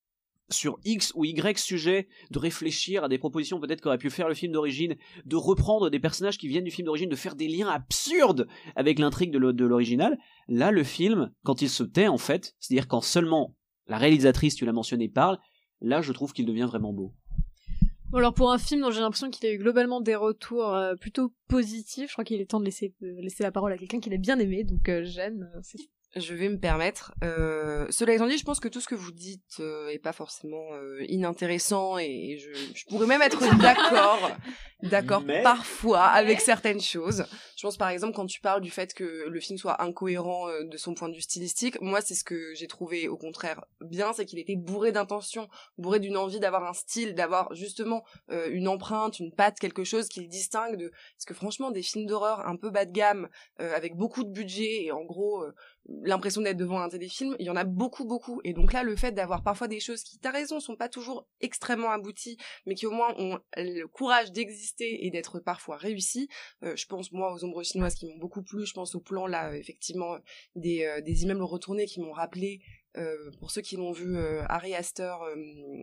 sur X ou Y sujet, de réfléchir à des propositions peut-être qu'aurait pu faire le film d'origine, de reprendre des personnages qui viennent du film d'origine, de faire des liens absurdes avec l'intrigue de, de l'original, là, le film, quand il se tait, en fait, c'est-à-dire quand seulement la réalisatrice, tu l'as mentionné, parle, là, je trouve qu'il devient vraiment beau. Bon, alors pour un film dont j'ai l'impression qu'il a eu globalement des retours euh, plutôt positifs, je crois qu'il est temps de laisser, euh, laisser la parole à quelqu'un qui l'a bien aimé, donc euh, j'aime. Euh, c'est... Je vais me permettre. Euh, cela étant dit, je pense que tout ce que vous dites euh, est pas forcément euh, inintéressant, et je, je pourrais même être d'accord, d'accord Mais... parfois avec certaines choses. Je pense par exemple quand tu parles du fait que le film soit incohérent euh, de son point de vue stylistique, moi c'est ce que j'ai trouvé au contraire bien, c'est qu'il était bourré d'intention, bourré d'une envie d'avoir un style, d'avoir justement euh, une empreinte, une patte, quelque chose qui le distingue de... Parce que franchement des films d'horreur un peu bas de gamme, euh, avec beaucoup de budget et en gros... Euh, l'impression d'être devant un téléfilm, il y en a beaucoup beaucoup, et donc là le fait d'avoir parfois des choses qui, t'as raison, sont pas toujours extrêmement abouties, mais qui au moins ont le courage d'exister et d'être parfois réussies, euh, je pense moi aux ombres chinoises qui m'ont beaucoup plu, je pense au plan là euh, effectivement des, euh, des immeubles retournés qui m'ont rappelé, euh, pour ceux qui l'ont vu, euh, Ari Aster, euh,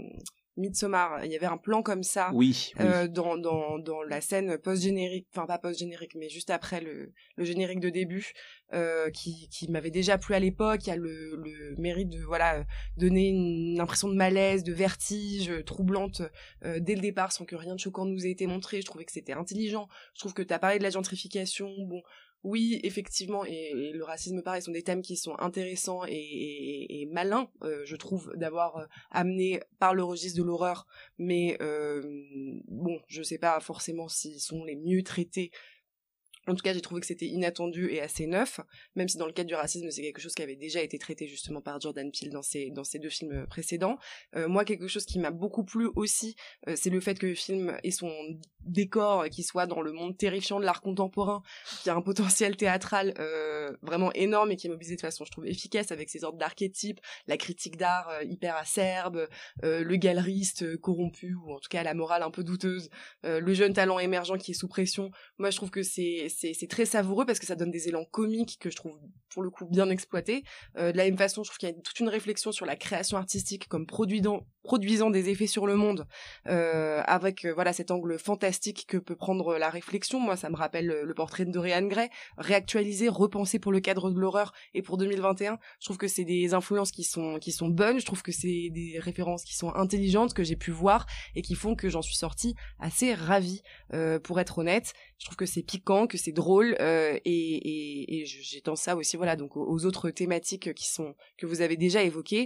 Midsommar, il y avait un plan comme ça, oui, euh, oui. dans dans dans la scène post-générique, enfin pas post-générique, mais juste après le le générique de début, euh, qui qui m'avait déjà plu à l'époque. Il y a le le mérite de voilà donner une impression de malaise, de vertige troublante euh, dès le départ, sans que rien de choquant nous ait été montré. Je trouvais que c'était intelligent. Je trouve que t'as parlé de la gentrification, bon. Oui, effectivement, et, et le racisme, pareil, sont des thèmes qui sont intéressants et, et, et malins, euh, je trouve, d'avoir euh, amené par le registre de l'horreur, mais euh, bon, je sais pas forcément s'ils sont les mieux traités En tout cas, j'ai trouvé que c'était inattendu et assez neuf, même si dans le cadre du racisme, c'est quelque chose qui avait déjà été traité justement par Jordan Peele dans ses, dans ses deux films précédents. Euh, moi, quelque chose qui m'a beaucoup plu aussi, euh, c'est le fait que le film ait son décor, euh, qui soit dans le monde terrifiant de l'art contemporain, qui a un potentiel théâtral euh, vraiment énorme et qui est mobilisé de façon, je trouve, efficace avec ses ordres d'archétypes, la critique d'art euh, hyper acerbe, euh, le galeriste euh, corrompu, ou en tout cas la morale un peu douteuse, euh, le jeune talent émergent qui est sous pression. Moi, je trouve que c'est C'est, c'est très savoureux parce que ça donne des élans comiques que je trouve pour le coup bien exploités. Euh, de la même façon, je trouve qu'il y a toute une réflexion sur la création artistique comme produisant, produisant des effets sur le monde, euh, avec euh, voilà cet angle fantastique que peut prendre la réflexion. Moi, ça me rappelle le, le portrait de Dorian Gray, réactualisé, repensé pour le cadre de l'horreur et pour deux mille vingt et un. Je trouve que c'est des influences qui sont qui sont bonnes. Je trouve que c'est des références qui sont intelligentes que j'ai pu voir et qui font que j'en suis sortie assez ravie. Euh, pour être honnête, je trouve que c'est piquant, que c'est drôle euh, et, et, et j'étends ça aussi voilà donc aux, aux autres thématiques qui sont que vous avez déjà évoquées.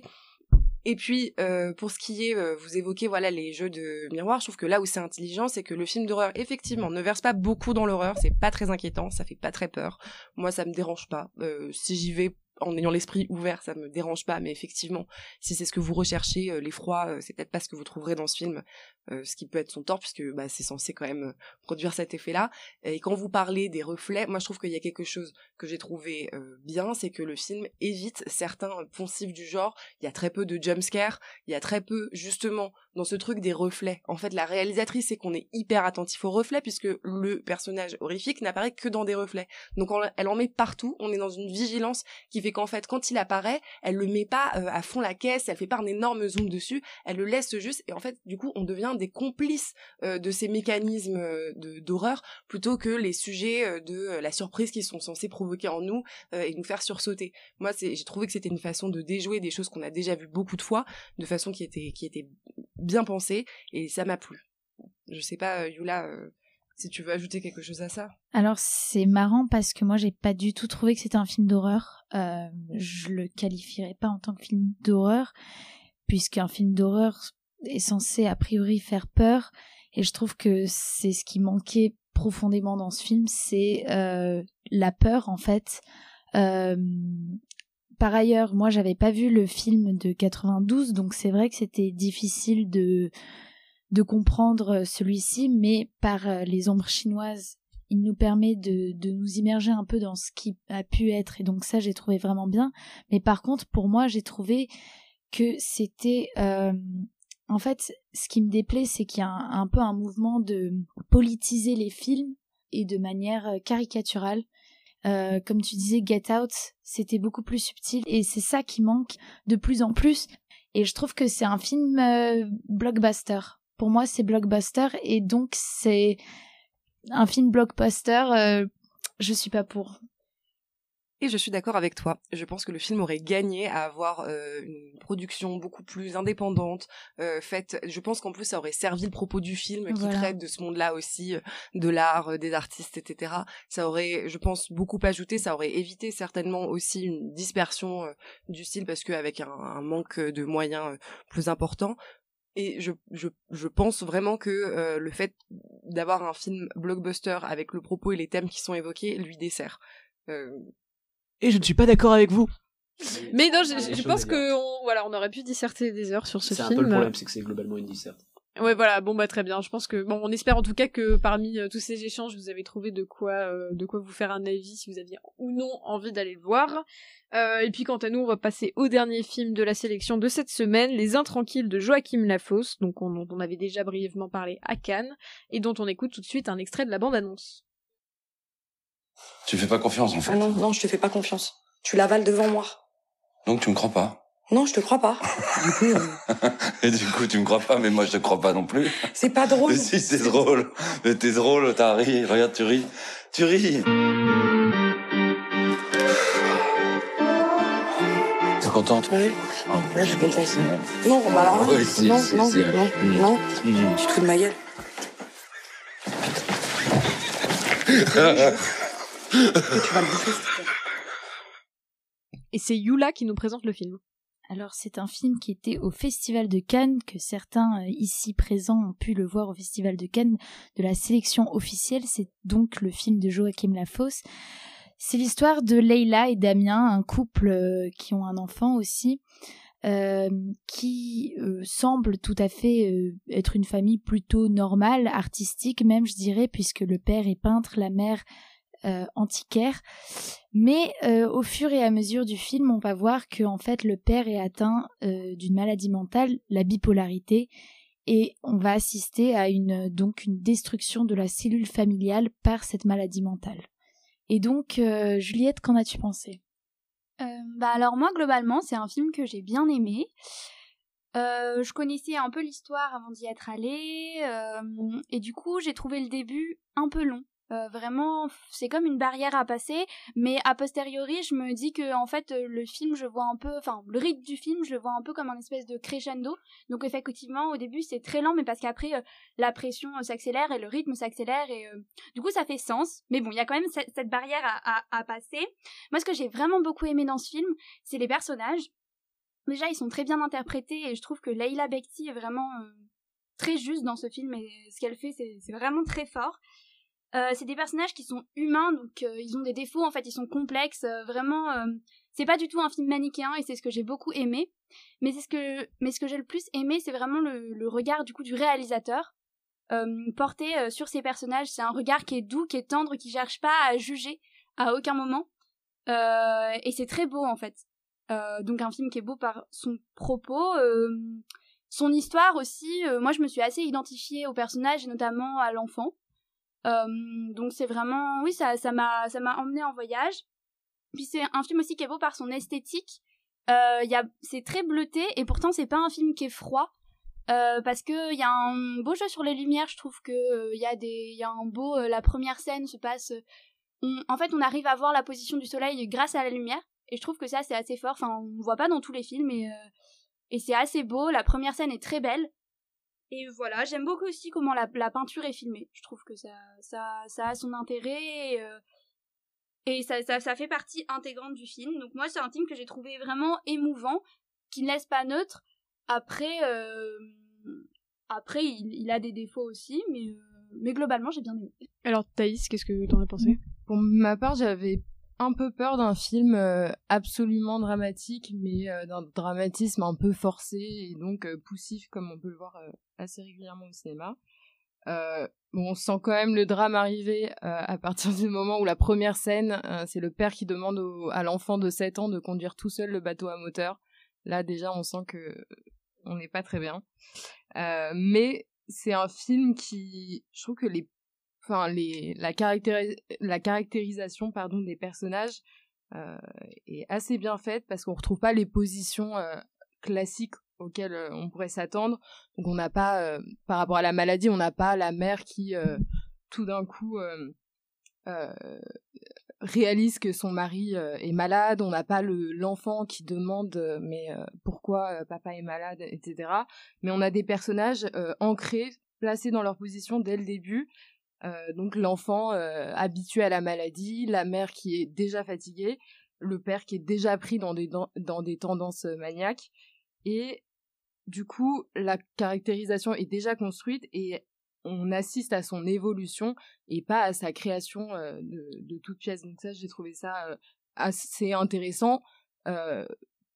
Et puis euh, pour ce qui est euh, vous évoquez voilà les jeux de miroir, je trouve que là où c'est intelligent, c'est que le film d'horreur effectivement ne verse pas beaucoup dans l'horreur, c'est pas très inquiétant, ça fait pas très peur. Moi ça me dérange pas. Euh, si j'y vais en ayant l'esprit ouvert, ça me dérange pas, mais effectivement, si c'est ce que vous recherchez, euh, l'effroi, euh, c'est peut-être pas ce que vous trouverez dans ce film, euh, ce qui peut être son tort, puisque bah, c'est censé quand même euh, produire cet effet-là. Et quand vous parlez des reflets, moi je trouve qu'il y a quelque chose que j'ai trouvé euh, bien, c'est que le film évite certains poncifs du genre, il y a très peu de jumpscares, il y a très peu, justement, dans ce truc des reflets. En fait, la réalisatrice, c'est qu'on est hyper attentif aux reflets, puisque le personnage horrifique n'apparaît que dans des reflets. Donc on, elle en met partout, on est dans une vigilance qui fait qu'en fait, quand il apparaît, elle le met pas euh, à fond la caisse, elle fait pas un énorme zoom dessus, elle le laisse juste, et en fait, du coup, on devient des complices euh, de ces mécanismes euh, de, d'horreur, plutôt que les sujets euh, de euh, la surprise qu'ils sont censés provoquer en nous euh, et nous faire sursauter. Moi, c'est, j'ai trouvé que c'était une façon de déjouer des choses qu'on a déjà vues beaucoup de fois, de façon qui était, qui était bien pensée, et ça m'a plu. Je sais pas, euh, Yula... Euh... si tu veux ajouter quelque chose à ça. Alors c'est marrant parce que moi j'ai pas du tout trouvé que c'était un film d'horreur. Euh, je le qualifierais pas en tant que film d'horreur, puisqu'un film d'horreur est censé a priori faire peur, et je trouve que c'est ce qui manquait profondément dans ce film, c'est euh, la peur en fait. Euh, par ailleurs, moi j'avais pas vu le film de quatre-vingt-douze, donc c'est vrai que c'était difficile de de comprendre celui-ci, mais par les ombres chinoises, il nous permet de, de nous immerger un peu dans ce qui a pu être, et donc ça j'ai trouvé vraiment bien. Mais par contre, pour moi, j'ai trouvé que c'était... Euh, en fait, ce qui me déplaît, c'est qu'il y a un, un peu un mouvement de politiser les films, et de manière caricaturale. Euh, comme tu disais, Get Out, c'était beaucoup plus subtil, et c'est ça qui manque de plus en plus. Et je trouve que c'est un film euh, blockbuster. Pour moi, c'est blockbuster, et donc c'est un film blockbuster, euh, je suis pas pour. Et je suis d'accord avec toi. Je pense que le film aurait gagné à avoir euh, une production beaucoup plus indépendante, euh, faite. Je pense qu'en plus ça aurait servi le propos du film qui voilà. traite de ce monde-là aussi, de l'art, des artistes, et cetera. Ça aurait, je pense, beaucoup ajouté. Ça aurait évité certainement aussi une dispersion euh, du style, parce qu'avec un, un manque de moyens euh, plus important. Et je, je, je pense vraiment que euh, le fait d'avoir un film blockbuster avec le propos et les thèmes qui sont évoqués lui dessert. Euh... Et je ne suis pas d'accord avec vous. Mais non, je, je pense que on, voilà, on aurait pu disserter des heures sur ce c'est film. C'est un peu le problème, c'est que c'est globalement une disserte. Ouais, voilà, bon bah très bien. Je pense que bon, on espère en tout cas que parmi euh, tous ces échanges, vous avez trouvé de quoi, euh, de quoi vous faire un avis, si vous aviez ou non envie d'aller le voir. Euh, et puis quant à nous, on va passer au dernier film de la sélection de cette semaine, Les Intranquilles de Joachim Lafosse, donc on, on avait déjà brièvement parlé à Cannes, et dont on écoute tout de suite un extrait de la bande-annonce. Tu fais pas confiance en fait. Ah non, non, je te fais pas confiance. Tu l'avales devant moi. Donc tu me crois pas? Non, je te crois pas. Du coup, euh... Et du coup, tu me crois pas, mais moi je te crois pas non plus. C'est pas drôle. Mais si, c'est drôle. Mais t'es drôle, t'as ri. Regarde, tu ris. Tu ris. T'es contente? Oui. Oh, là, je suis contente. Non, bah alors, oui, si, non, si, non, si, non, si. non, Mmh. tu te fous de ma gueule. Et c'est Yula qui nous présente le film. Alors c'est un film qui était au Festival de Cannes, que certains euh, ici présents ont pu le voir au Festival de Cannes de la sélection officielle. C'est donc le film de Joachim Lafosse. C'est l'histoire de Leila et Damien, un couple euh, qui ont un enfant aussi, euh, qui euh, semble tout à fait euh, être une famille plutôt normale, artistique même je dirais, puisque le père est peintre, la mère Euh, antiquaire, mais euh, au fur et à mesure du film, on va voir que en fait le père est atteint euh, d'une maladie mentale, la bipolarité, et on va assister à une donc une destruction de la cellule familiale par cette maladie mentale. Et donc, euh, Juliette, qu'en as-tu pensé ? euh, Bah alors moi globalement, c'est un film que j'ai bien aimé. Euh, je connaissais un peu l'histoire avant d'y être allée, euh, et du coup j'ai trouvé le début un peu long. Euh, vraiment, c'est comme une barrière à passer, mais a posteriori, je me dis que en fait, le film, je vois un peu, enfin, le rythme du film, je le vois un peu comme un espèce de crescendo. Donc effectivement, au début, c'est très lent, mais parce qu'après, euh, la pression euh, s'accélère et le rythme s'accélère, et euh, du coup, ça fait sens. Mais bon, il y a quand même cette, cette barrière à, à, à passer. Moi, ce que j'ai vraiment beaucoup aimé dans ce film, c'est les personnages. Déjà, ils sont très bien interprétés, et je trouve que Leila Bekti est vraiment euh, très juste dans ce film, et ce qu'elle fait, c'est, c'est vraiment très fort. Euh, c'est des personnages qui sont humains, donc euh, ils ont des défauts, en fait, ils sont complexes, euh, vraiment, euh, c'est pas du tout un film manichéen, et c'est ce que j'ai beaucoup aimé, mais c'est ce que, mais ce que j'ai le plus aimé, c'est vraiment le, le regard, du coup, du réalisateur, euh, porté euh, sur ces personnages. C'est un regard qui est doux, qui est tendre, qui cherche pas à juger à aucun moment, euh, et c'est très beau, en fait. Euh, donc un film qui est beau par son propos, euh, son histoire aussi. Euh, moi, je me suis assez identifiée au personnage, et notamment à l'enfant. Euh, donc c'est vraiment, oui, ça, ça m'a, ça m'a emmené en voyage. Puis c'est un film aussi qui est beau par son esthétique. Euh, y a, c'est très bleuté, et pourtant c'est pas un film qui est froid, euh, parce que il y a un beau jeu sur les lumières. Je trouve que il euh, y a des, il y a un beau, euh, la première scène se passe, on, en fait on arrive à voir la position du soleil grâce à la lumière, et je trouve que ça c'est assez fort. Enfin, on voit pas dans tous les films, et euh, et c'est assez beau. La première scène est très belle. Et voilà, j'aime beaucoup aussi comment la, la peinture est filmée. Je trouve que ça, ça, ça a son intérêt, et, euh, et ça, ça, ça fait partie intégrante du film. Donc moi, c'est un film que j'ai trouvé vraiment émouvant, qui ne laisse pas neutre. Après, euh, après il, il a des défauts aussi, mais, euh, mais globalement, j'ai bien aimé. Alors Thaïs, qu'est-ce que t'en as pensé ? Pour ma part, j'avais un peu peur d'un film euh, absolument dramatique, mais euh, d'un dramatisme un peu forcé et donc euh, poussif, comme on peut le voir euh, assez régulièrement au cinéma. Euh, bon, on sent quand même le drame arriver euh, à partir du moment où la première scène, euh, c'est le père qui demande au, à l'enfant de sept ans de conduire tout seul le bateau à moteur. Là, déjà, on sent que on n'est pas très bien. Euh, mais c'est un film qui, je trouve que les Enfin, les, la, caractéris- la caractérisation pardon, des personnages euh, est assez bien faite, parce qu'on ne retrouve pas les positions euh, classiques auxquelles euh, on pourrait s'attendre. Donc on n'a pas, euh, par rapport à la maladie, on n'a pas la mère qui euh, tout d'un coup euh, euh, réalise que son mari euh, est malade. On n'a pas le, l'enfant qui demande euh, mais euh, pourquoi euh, papa est malade, et cetera. Mais on a des personnages euh, ancrés, placés dans leur position dès le début. Euh, donc l'enfant euh, habitué à la maladie, la mère qui est déjà fatiguée, le père qui est déjà pris dans des, dans, dans des tendances maniaques, et du coup la caractérisation est déjà construite et on assiste à son évolution et pas à sa création euh, de, de toute pièce. Donc ça, j'ai trouvé ça euh, assez intéressant. Euh,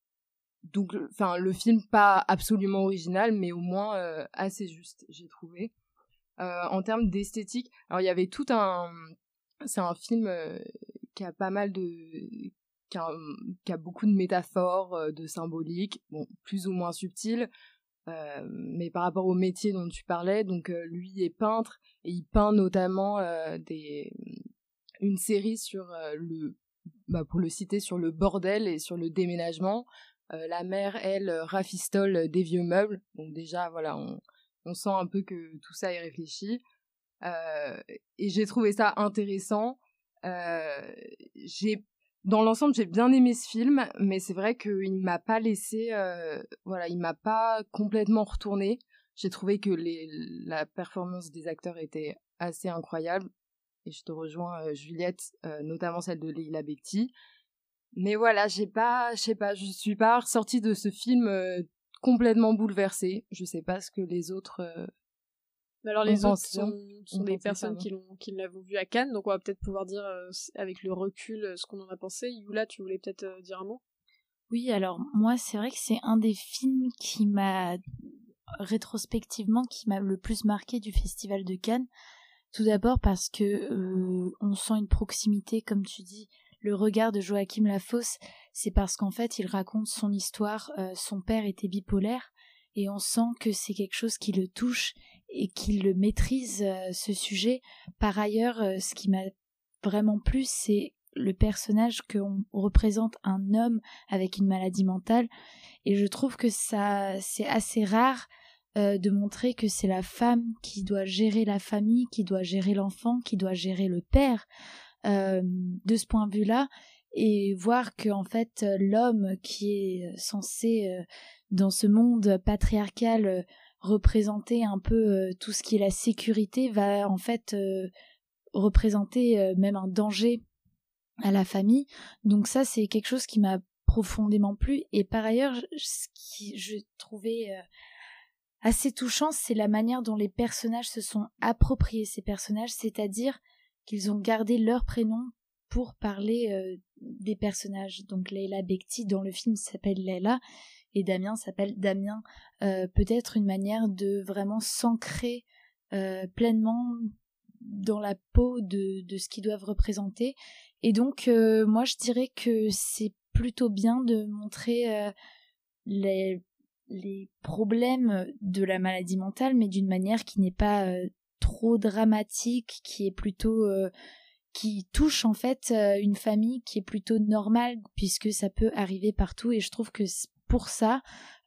donc enfin le film pas absolument original, mais au moins euh, assez juste, j'ai trouvé. Euh, en termes d'esthétique, alors il y avait tout un, c'est un film euh, qui a pas mal de, qui a, qui a beaucoup de métaphores, euh, de symboliques, bon plus ou moins subtiles, euh, mais par rapport au métier dont tu parlais, donc euh, lui est peintre et il peint notamment euh, des, une série sur euh, le, bah, pour le citer, sur le bordel et sur le déménagement. Euh, la mère, elle, rafistole des vieux meubles, donc déjà voilà on On sent un peu que tout ça est réfléchi. Euh, et j'ai trouvé ça intéressant. Euh, j'ai, dans l'ensemble, j'ai bien aimé ce film, mais c'est vrai qu'il ne m'a pas laissé... Euh, voilà, il ne m'a pas complètement retourné. J'ai trouvé que les, la performance des acteurs était assez incroyable. Et je te rejoins, euh, Juliette, euh, notamment celle de Leila Bekti. Mais voilà, j'ai pas, je sais pas, je suis pas ressortie de ce film euh, complètement bouleversée. Je sais pas ce que les autres. Euh, Mais alors les ont autres pensé, sont, sont ont des pensé personnes ça, qui l'ont, qui l'avons vu à Cannes, donc on va peut-être pouvoir dire euh, avec le recul euh, ce qu'on en a pensé. Youla, tu voulais peut-être euh, dire un mot? Oui, alors moi c'est vrai que c'est un des films qui m'a rétrospectivement qui m'a le plus marqué du Festival de Cannes. Tout d'abord parce que euh, on sent une proximité, comme tu dis. Le regard de Joachim Lafosse, c'est parce qu'en fait, il raconte son histoire. Euh, son père était bipolaire et on sent que c'est quelque chose qui le touche et qu'il le maîtrise, euh, ce sujet. Par ailleurs, euh, ce qui m'a vraiment plu, c'est le personnage qu'on représente un homme avec une maladie mentale. Et je trouve que ça, c'est assez rare euh, de montrer que c'est la femme qui doit gérer la famille, qui doit gérer l'enfant, qui doit gérer le père. Euh, de ce point de vue-là, et voir que en fait l'homme qui est censé euh, dans ce monde patriarcal euh, représenter un peu euh, tout ce qui est la sécurité va en fait euh, représenter euh, même un danger à la famille. Donc ça c'est quelque chose qui m'a profondément plu. Et par ailleurs, ce qui je trouvais euh, assez touchant, c'est la manière dont les personnages se sont appropriés ces personnages, c'est-à-dire qu'ils ont gardé leur prénom pour parler euh, des personnages. Donc Leila Bekti dans le film s'appelle Leila et Damien s'appelle Damien. Euh, peut-être une manière de vraiment s'ancrer euh, pleinement dans la peau de, de ce qu'ils doivent représenter. Et donc euh, moi je dirais que c'est plutôt bien de montrer euh, les, les problèmes de la maladie mentale, mais d'une manière qui n'est pas euh, trop dramatique, qui est plutôt euh, qui touche en fait euh, une famille qui est plutôt normale, puisque ça peut arriver partout. Et je trouve que pour ça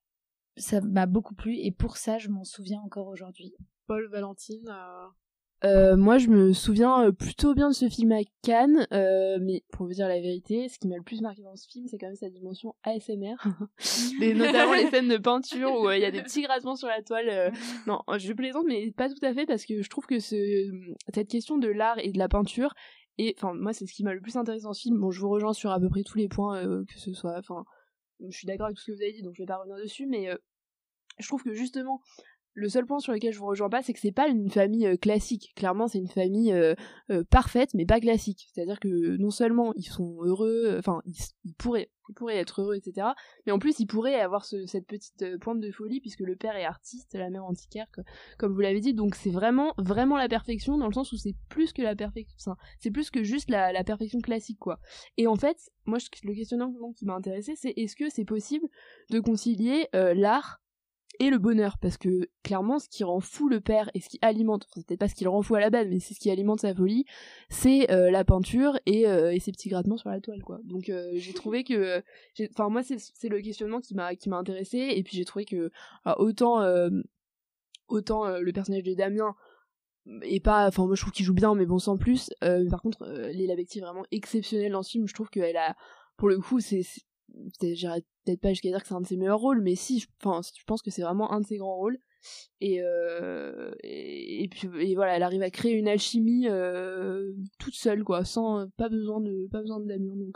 ça m'a beaucoup plu, et pour ça je m'en souviens encore aujourd'hui. Paul, Valentine euh... Euh, moi, je me souviens plutôt bien de ce film à Cannes, euh, mais pour vous dire la vérité, ce qui m'a le plus marqué dans ce film, c'est quand même sa dimension A S M R, et notamment les scènes de peinture où il euh, y a des petits grattements sur la toile. Euh... Non, je plaisante, mais pas tout à fait, parce que je trouve que ce... cette question de l'art et de la peinture, et enfin moi, c'est ce qui m'a le plus intéressé dans ce film. Bon, je vous rejoins sur à peu près tous les points, euh, que ce soit, enfin, je suis d'accord avec tout ce que vous avez dit, donc je vais pas revenir dessus, mais euh, je trouve que justement le seul point sur lequel je vous rejoins pas, c'est que c'est pas une famille euh, classique. Clairement, c'est une famille euh, euh, parfaite, mais pas classique. C'est-à-dire que non seulement ils sont heureux, enfin, euh, ils, ils pourraient, ils pourraient être heureux, et cetera. Mais en plus, ils pourraient avoir ce, cette petite euh, pointe de folie, puisque le père est artiste, la mère antiquaire, que, comme vous l'avez dit. Donc c'est vraiment, vraiment la perfection, dans le sens où c'est plus que la perfection. C'est plus que juste la, la perfection classique, quoi. Et en fait, moi, je, le questionnement qui m'a intéressé, c'est est-ce que c'est possible de concilier euh, l'art et le bonheur, parce que clairement ce qui rend fou le père et ce qui alimente, enfin, c'est peut-être pas ce qui le rend fou à la base, mais c'est ce qui alimente sa folie, c'est euh, la peinture et, euh, et ses petits grattements sur la toile, quoi. Donc euh, j'ai trouvé que, enfin moi c'est, c'est le questionnement qui m'a qui m'a intéressé, et puis j'ai trouvé que alors, autant euh, autant euh, le personnage de Damien et pas, enfin moi je trouve qu'il joue bien, mais bon sans plus. Euh, par contre euh, Leila Bekti est vraiment exceptionnelle dans ce film. Je trouve qu'elle a, pour le coup, c'est, c'est j'irais peut-être pas jusqu'à dire que c'est un de ses meilleurs rôles, mais si, je, enfin, je pense que c'est vraiment un de ses grands rôles. Et, euh, et, et puis et voilà, elle arrive à créer une alchimie euh, toute seule, quoi, sans pas besoin de pas besoin de Damien, donc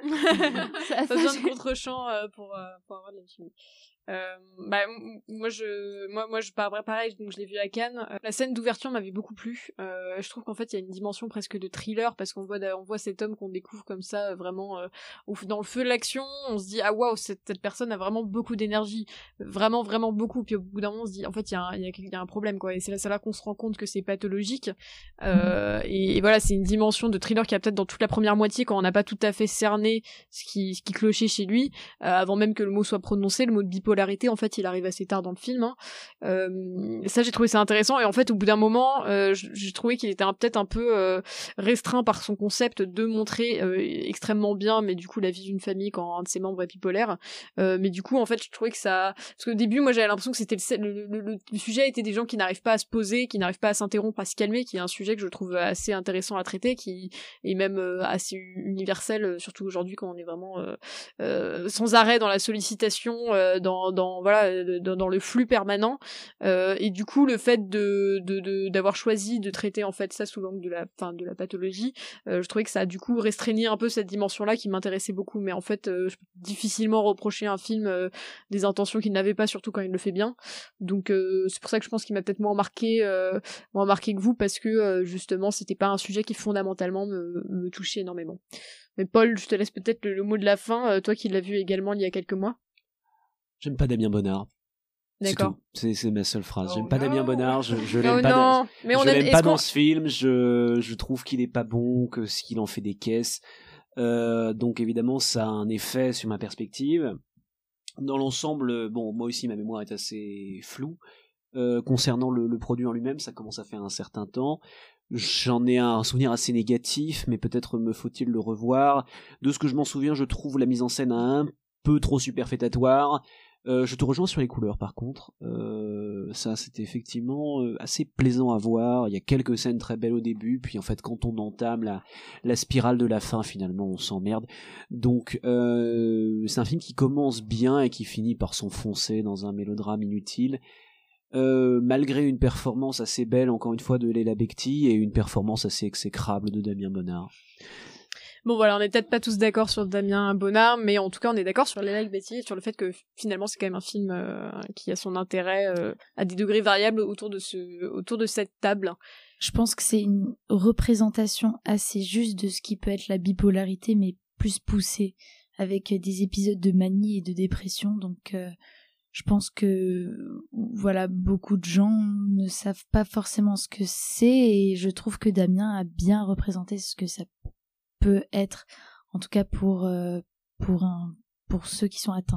ça, ça, pas besoin de contre-champ euh, pour, euh, pour avoir de l'alchimie. Euh, bah moi je moi moi je pareil, donc je l'ai vu à Cannes. La scène d'ouverture m'avait beaucoup plu. Euh, je trouve qu'en fait il y a une dimension presque de thriller, parce qu'on voit on voit cet homme qu'on découvre comme ça, vraiment euh, dans le feu de l'action. On se dit ah waouh, cette, cette personne a vraiment beaucoup d'énergie, vraiment vraiment beaucoup. Puis au bout d'un moment on se dit en fait il y a un, il y a, il y a un problème, quoi. Et c'est là c'est là qu'on se rend compte que c'est pathologique. Euh, et, et voilà, c'est une dimension de thriller qui a peut-être dans toute la première moitié, quand on n'a pas tout à fait cerné ce qui ce qui clochait chez lui, euh, avant même que le mot soit prononcé, le mot de bipolarité. En fait, il arrive assez tard dans le film. Hein. Euh, ça, j'ai trouvé ça intéressant. Et en fait, au bout d'un moment, euh, j'ai trouvé qu'il était un, peut-être un peu euh, restreint par son concept de montrer euh, extrêmement bien, mais du coup, la vie d'une famille quand un de ses membres est bipolaire. Euh, mais du coup, en fait, je trouvais que ça... Parce qu'au début, moi, j'avais l'impression que c'était le, le, le, le sujet était des gens qui n'arrivent pas à se poser, qui n'arrivent pas à s'interrompre, à se calmer, qui est un sujet que je trouve assez intéressant à traiter, qui est même euh, assez universel, surtout aujourd'hui quand on est vraiment euh, euh, sans arrêt dans la sollicitation, euh, dans dans dans voilà dans, dans le flux permanent euh, et du coup le fait de, de de d'avoir choisi de traiter en fait ça sous l'angle de la fin de la pathologie, euh, je trouvais que ça a du coup restreigni un peu cette dimension là qui m'intéressait beaucoup, mais en fait euh, je peux difficilement reprocher un film euh, des intentions qu'il n'avait pas, surtout quand il le fait bien. Donc euh, c'est pour ça que je pense qu'il m'a peut-être moins marqué euh, moins marqué que vous, parce que euh, justement c'était pas un sujet qui fondamentalement me, me touchait énormément. Mais Paul, je te laisse peut-être le, le mot de la fin, euh, toi qui l'as vu également il y a quelques mois. J'aime pas Damien Bonnard. D'accord. C'est, c'est ma seule phrase. Oh J'aime pas non. Damien Bonnard, je, je l'aime Oh pas, non. dans, Mais on je a- l'aime est-ce pas qu'on- dans ce film, je, je trouve qu'il est pas bon, que ce qu'il en fait des caisses. Euh, donc évidemment, ça a un effet sur ma perspective. Dans l'ensemble, bon, moi aussi, ma mémoire est assez floue. Euh, concernant le, le produit en lui-même, ça commence à faire un certain temps. J'en ai un souvenir assez négatif, mais peut-être me faut-il le revoir. De ce que je m'en souviens, je trouve la mise en scène un peu trop superfétatoire. Euh, je te rejoins sur les couleurs, par contre. Euh, ça, c'était effectivement euh, assez plaisant à voir. Il y a quelques scènes très belles au début, puis en fait, quand on entame la, la spirale de la fin, finalement, on s'emmerde. Donc, euh, c'est un film qui commence bien et qui finit par s'enfoncer dans un mélodrame inutile. Euh, malgré une performance assez belle, encore une fois, de Leila Bekti, et une performance assez exécrable de Damien Bonnard. Bon voilà, on est peut-être pas tous d'accord sur Damien Bonnard, mais en tout cas on est d'accord sur Leila Bekti et sur le fait que finalement c'est quand même un film euh, qui a son intérêt euh, à des degrés variables autour de ce autour de cette table. Je pense que c'est une représentation assez juste de ce qui peut être la bipolarité, mais plus poussée, avec des épisodes de manie et de dépression. Donc euh, je pense que voilà, beaucoup de gens ne savent pas forcément ce que c'est, et je trouve que Damien a bien représenté ce que ça peut être, en tout cas pour euh, pour un pour ceux qui sont atteints.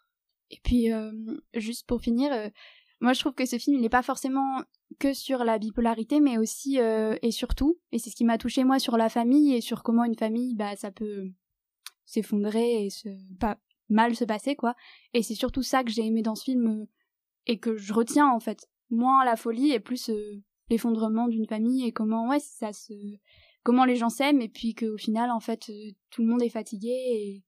Et puis euh, juste pour finir, euh, moi je trouve que ce film il n'est pas forcément que sur la bipolarité, mais aussi euh, et surtout, et c'est ce qui m'a touchée moi, sur la famille et sur comment une famille bah ça peut s'effondrer et se pas mal se passer quoi. Et c'est surtout ça que j'ai aimé dans ce film euh, et que je retiens en fait, moins la folie et plus euh, l'effondrement d'une famille et comment ouais ça se comment les gens s'aiment, et puis qu'au final en fait euh, tout le monde est fatigué et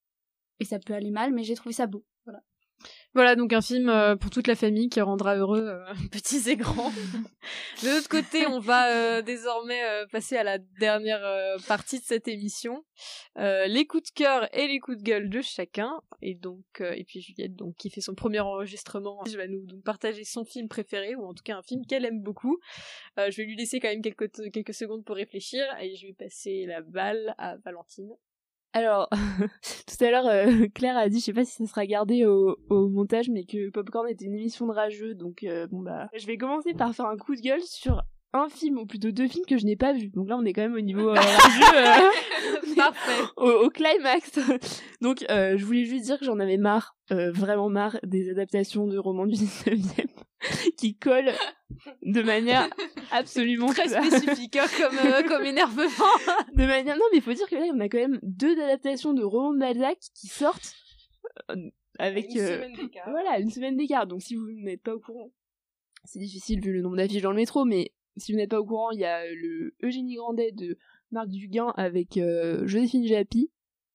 et ça peut aller mal, mais j'ai trouvé ça beau. Voilà. Voilà, donc un film euh, pour toute la famille qui rendra heureux euh, petits et grands. De l'autre côté, on va euh, désormais euh, passer à la dernière euh, partie de cette émission, euh, les coups de cœur et les coups de gueule de chacun. Et donc, euh, et puis Juliette, donc qui fait son premier enregistrement, je vais nous donc partager son film préféré, ou en tout cas un film qu'elle aime beaucoup. Euh, je vais lui laisser quand même quelques t- quelques secondes pour réfléchir, et je vais passer la balle à Valentine. Alors, tout à l'heure, euh, Claire a dit, je sais pas si ça sera gardé au, au montage, mais que Popcorn était une émission de rageux, donc euh, bon bah, je vais commencer par faire un coup de gueule sur un film, ou plutôt deux films que je n'ai pas vus. Donc là, on est quand même au niveau euh, rageux, euh, Parfait. au, au climax. Donc, euh, je voulais juste dire que j'en avais marre, euh, vraiment marre, des adaptations de romans du dix-neuvième qui collent de manière absolument Très spécifique hein, comme, euh, comme énervement. De manière... Non, mais il faut dire que là, on a quand même deux adaptations de romans de Balzac qui sortent euh, avec... Une euh, semaine d'écart. Voilà, une semaine d'écart. Donc si vous n'êtes pas au courant, c'est difficile vu le nombre d'affiches dans le métro, mais si vous n'êtes pas au courant, il y a le Eugénie Grandet de Marc Duguin avec euh, Joséphine Japy,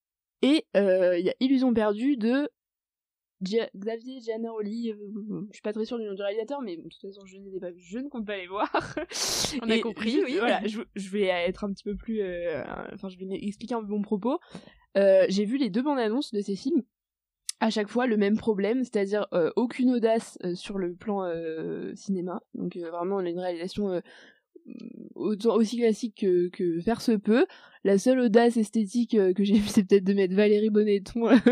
et euh, il y a Illusion perdue de Gia- Xavier Giannaroli, euh, je suis pas très sûre du nom du réalisateur, mais bon, de toute façon je ne les ai pas vus, je ne compte pas les voir. On a Et compris, juste, oui. Voilà, je, je vais être un petit peu plus, euh, enfin je vais expliquer un peu mon propos. Euh, j'ai vu les deux bandes annonces de ces films. À chaque fois le même problème, c'est-à-dire euh, aucune audace euh, sur le plan euh, cinéma, donc euh, vraiment on a une réalisation euh, autant aussi classique que, que faire se peut. La seule audace esthétique euh, que j'ai vue, c'est peut-être de mettre Valérie Bonneton euh,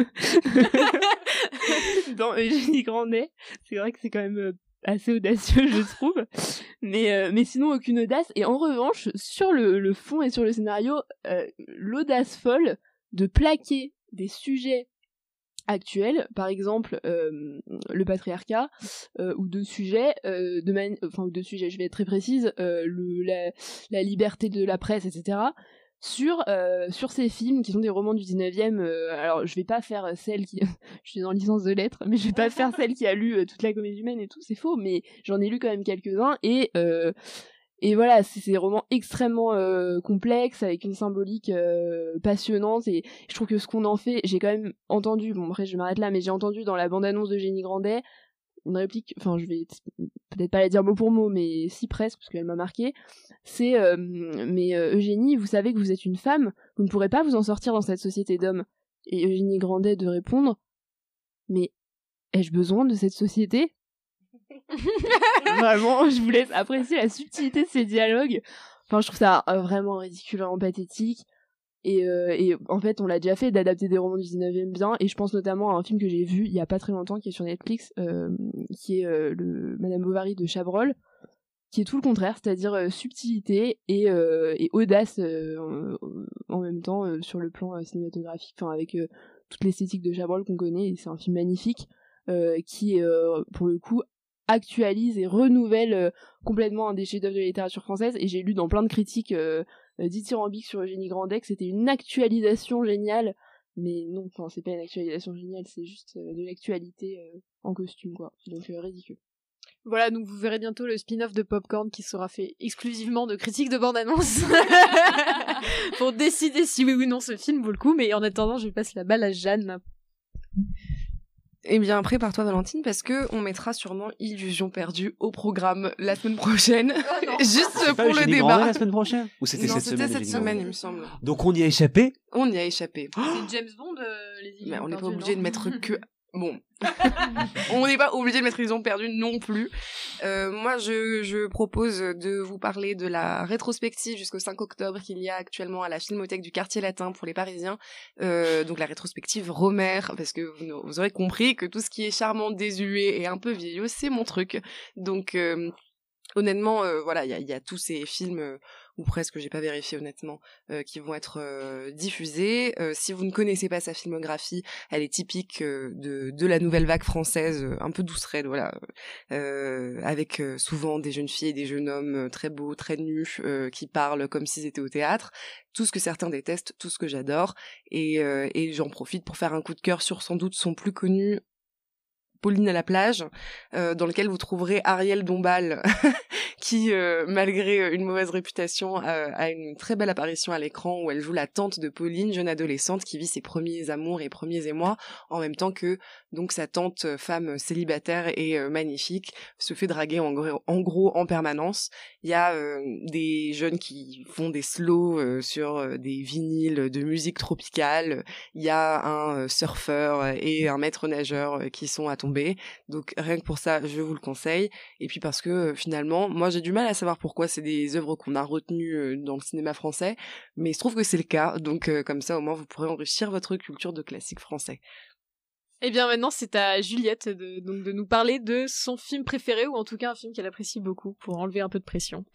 dans Eugénie Grandet. C'est vrai que c'est quand même euh, assez audacieux, je trouve. Mais, euh, mais sinon, aucune audace. Et en revanche, sur le, le fond et sur le scénario, euh, l'audace folle de plaquer des sujets actuels, par exemple euh, le patriarcat, euh, ou deux sujets, euh, de mani- enfin deux sujets, je vais être très précise, euh, le, la, la liberté de la presse, et cetera, sur, euh, sur ces films qui sont des romans du dix-neuvième. Euh, alors je vais pas faire celle qui... je suis en licence de lettres, mais je vais pas faire celle qui a lu euh, toute la comédie humaine et tout, c'est faux, mais j'en ai lu quand même quelques-uns, et... Euh, Et voilà, c'est des romans extrêmement euh, complexes, avec une symbolique euh, passionnante, et je trouve que ce qu'on en fait, j'ai quand même entendu, bon après je m'arrête là, mais j'ai entendu dans la bande-annonce de Eugénie Grandet, une réplique, enfin je vais peut-être pas la dire mot pour mot, mais si presque, parce qu'elle m'a marqué, c'est euh, mais euh, Eugénie, vous savez que vous êtes une femme, vous ne pourrez pas vous en sortir dans cette société d'hommes. Et Eugénie Grandet de répondre, mais ai-je besoin de cette société? Vraiment, je vous laisse apprécier la subtilité de ces dialogues. Enfin, je trouve ça euh, vraiment ridiculement pathétique. Et, euh, et en fait, on l'a déjà fait d'adapter des romans du dix-neuvième bien. Et je pense notamment à un film que j'ai vu il y a pas très longtemps, qui est sur Netflix, euh, qui est euh, le Madame Bovary de Chabrol, qui est tout le contraire, c'est-à-dire euh, subtilité et, euh, et audace euh, en, en même temps euh, sur le plan euh, cinématographique, enfin avec euh, toute l'esthétique de Chabrol qu'on connaît. Et c'est un film magnifique euh, qui, euh, pour le coup, actualise et renouvelle euh, complètement un des chefs-d'œuvre de la littérature française. Et j'ai lu dans plein de critiques euh, dithyrambiques sur Eugénie Grandet que c'était une actualisation géniale, mais non, enfin c'est pas une actualisation géniale, c'est juste euh, de l'actualité euh, en costume, quoi. Donc euh, ridicule. Voilà, donc vous verrez bientôt le spin-off de Popcorn qui sera fait exclusivement de critiques de bande-annonce pour décider si oui ou non ce film vaut le coup. Mais en attendant, je passe la balle à Jeanne. Eh bien, prépare-toi Valentine, parce que on mettra sûrement Illusion perdue au programme la semaine prochaine, oh juste pour le débat. La semaine prochaine ou c'était non, cette c'était semaine, cette semaine, il me semble. Donc on y a échappé. On y a échappé. C'est James Bond, euh, les Illusions Mais on n'est pas perdues, obligé non de mettre que. Bon, on n'est pas obligé de mettre Illusion perdue non plus. Euh, moi, je, je propose de vous parler de la rétrospective jusqu'au cinq octobre qu'il y a actuellement à la Filmothèque du Quartier Latin pour les Parisiens. Euh, donc la rétrospective Romer, parce que vous, vous aurez compris que tout ce qui est charmant, désuet et un peu vieillot, c'est mon truc. Donc euh, honnêtement, euh, voilà, il y a, y a tous ces films. Euh, ou presque, j'ai pas vérifié honnêtement, euh, qui vont être euh, diffusés. Euh, si vous ne connaissez pas sa filmographie, elle est typique euh, de, de la nouvelle vague française, euh, un peu doucerette, voilà, euh, avec euh, souvent des jeunes filles et des jeunes hommes euh, très beaux, très nus, euh, qui parlent comme s'ils étaient au théâtre. Tout ce que certains détestent, tout ce que j'adore. Et, euh, et j'en profite pour faire un coup de cœur sur sans doute son plus connu, Pauline à la plage, euh, dans lequel vous trouverez Ariel Dombal, qui, euh, malgré une mauvaise réputation, euh, a une très belle apparition à l'écran où elle joue la tante de Pauline, jeune adolescente qui vit ses premiers amours et premiers émois, en même temps que donc sa tante, femme célibataire et euh, magnifique, se fait draguer en gros, en gros en permanence. Il y a euh, des jeunes qui font des slows euh, sur euh, des vinyles de musique tropicale. Il y a un euh, surfeur et un maître nageur euh, qui sont à tomber. Donc rien que pour ça, je vous le conseille. Et puis parce que euh, finalement, moi j'ai du mal à savoir pourquoi c'est des œuvres qu'on a retenues euh, dans le cinéma français, mais il se trouve que c'est le cas. Donc euh, comme ça, au moins, vous pourrez enrichir votre culture de classiques français. Et bien maintenant, c'est à Juliette de, donc, de nous parler de son film préféré, ou en tout cas un film qu'elle apprécie beaucoup, pour enlever un peu de pression.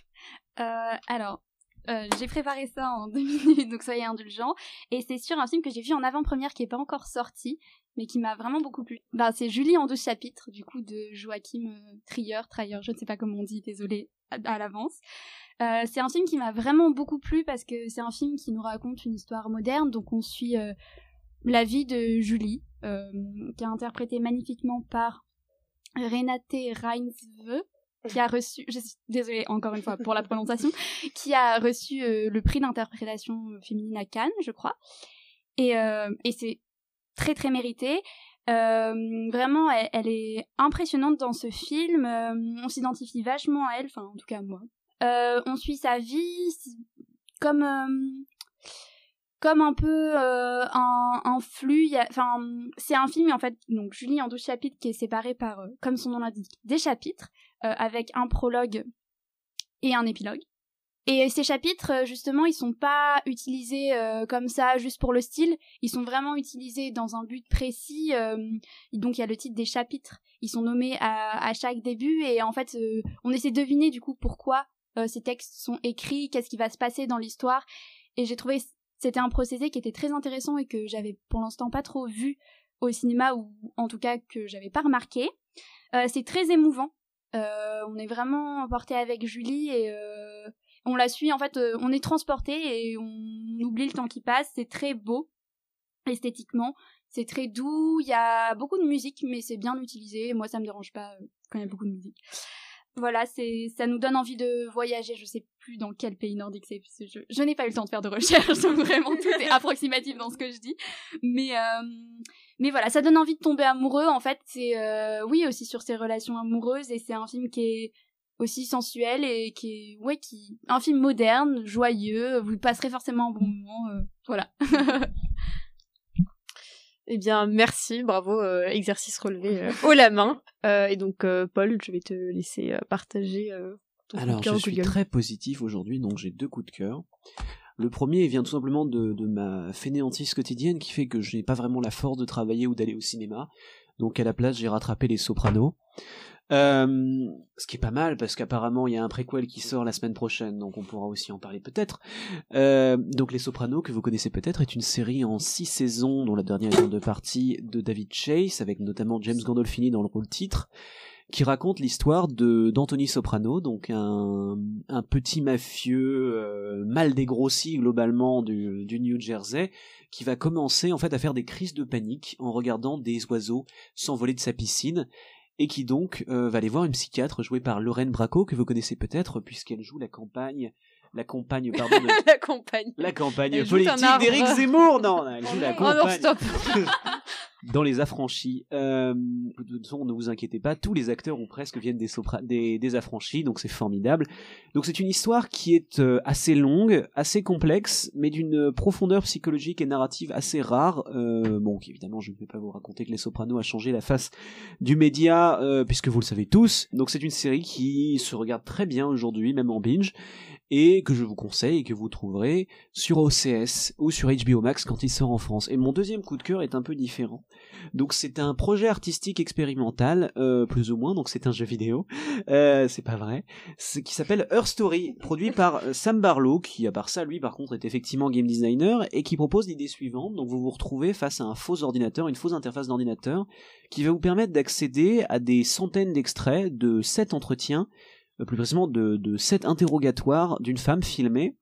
euh, alors... Euh, j'ai préparé ça en deux minutes, donc soyez indulgents. Et c'est sur un film que j'ai vu en avant-première qui est pas encore sorti, mais qui m'a vraiment beaucoup plu. Bah, c'est Julie en douze chapitres, du coup, de Joachim euh, Trier, Trier, je ne sais pas comment on dit, désolée à, à l'avance. Euh, c'est un film qui m'a vraiment beaucoup plu parce que c'est un film qui nous raconte une histoire moderne, donc on suit euh, la vie de Julie, euh, qui est interprétée magnifiquement par Renate Reinsve, qui a reçu, je suis désolée encore une fois pour la prononciation, qui a reçu euh, le prix d'interprétation féminine à Cannes, je crois. Et, euh, et c'est très très mérité. Euh, vraiment, elle, elle est impressionnante dans ce film. Euh, on s'identifie vachement à elle, enfin en tout cas moi. Euh, on suit sa vie comme euh, comme un peu euh, un, un flux. Enfin, c'est un film en fait. Donc Julie en douze chapitres qui est séparé par, euh, comme son nom l'indique, des chapitres. Euh, avec un prologue et un épilogue. Et ces chapitres, justement, ils sont pas utilisés euh, comme ça, juste pour le style. Ils sont vraiment utilisés dans un but précis. Euh, donc, il y a le titre des chapitres. Ils sont nommés à, à chaque début. Et en fait, euh, on essaie de deviner, du coup, pourquoi euh, ces textes sont écrits, qu'est-ce qui va se passer dans l'histoire. Et j'ai trouvé c'était un procédé qui était très intéressant et que j'avais pour l'instant pas trop vu au cinéma, ou en tout cas que j'avais pas remarqué. Euh, c'est très émouvant. Euh, on est vraiment emporté avec Julie et euh, on la suit, en fait, euh, on est transporté et on oublie le temps qui passe. C'est très beau, esthétiquement, c'est très doux, il y a beaucoup de musique, mais c'est bien utilisé. Moi, ça me dérange pas euh, quand il y a beaucoup de musique. Voilà, c'est, ça nous donne envie de voyager. Je sais plus dans quel pays nordique c'est, parce que je, je n'ai pas eu le temps de faire de recherche, donc vraiment tout est approximatif dans ce que je dis. Mais, euh, mais voilà, ça donne envie de tomber amoureux. En fait, c'est, euh, oui, aussi sur ces relations amoureuses, et c'est un film qui est aussi sensuel et qui est, ouais, qui, un film moderne, joyeux. Vous passerez forcément un bon moment. Euh, voilà. Eh bien, merci, bravo, euh, exercice relevé euh, haut la main. Euh, et donc, euh, Paul, je vais te laisser euh, partager euh, ton Alors, coup de cœur je ou coup suis de gueule. très positif aujourd'hui, donc j'ai deux coups de cœur. Le premier vient tout simplement de, de ma fainéantise quotidienne qui fait que je n'ai pas vraiment la force de travailler ou d'aller au cinéma. Donc, à la place, j'ai rattrapé Les Sopranos. Euh, ce qui est pas mal parce qu'apparemment il y a un préquel qui sort la semaine prochaine, donc on pourra aussi en parler peut-être. Euh, donc Les Sopranos, que vous connaissez peut-être, est une série en six saisons dont la dernière est en deux parties de David Chase, avec notamment James Gandolfini dans le rôle titre, qui raconte l'histoire de d'Anthony Soprano, donc un, un petit mafieux euh, mal dégrossi globalement du, du New Jersey, qui va commencer en fait à faire des crises de panique en regardant des oiseaux s'envoler de sa piscine, et qui donc euh, va aller voir une psychiatre jouée par Lorraine Bracco, que vous connaissez peut-être, puisqu'elle joue la campagne, la campagne, pardon, de... la campagne, la campagne elle politique d'Éric Zemmour, non, elle joue la campagne. Oh non, stop. Dans Les Affranchis. Euh, de toute façon, ne vous inquiétez pas, tous les acteurs ou presque viennent des, sopra- des, des Affranchis, donc c'est formidable. Donc c'est une histoire qui est euh, assez longue, assez complexe, mais d'une profondeur psychologique et narrative assez rare. Euh, bon, évidemment, je ne vais pas vous raconter que Les Sopranos a changé la face du média, euh, puisque vous le savez tous. Donc c'est une série qui se regarde très bien aujourd'hui, même en binge, et que je vous conseille et que vous trouverez sur O C S ou sur H B O Max quand il sort en France. Et mon deuxième coup de cœur est un peu différent. Donc c'est un projet artistique expérimental, euh, plus ou moins, donc c'est un jeu vidéo, euh, c'est pas vrai, c'est, qui s'appelle Her Story, produit par Sam Barlow, qui à part ça, lui par contre est effectivement game designer, et qui propose l'idée suivante. Donc vous vous retrouvez face à un faux ordinateur, une fausse interface d'ordinateur, qui va vous permettre d'accéder à des centaines d'extraits de sept entretiens, euh, plus précisément de, de sept interrogatoires d'une femme filmée,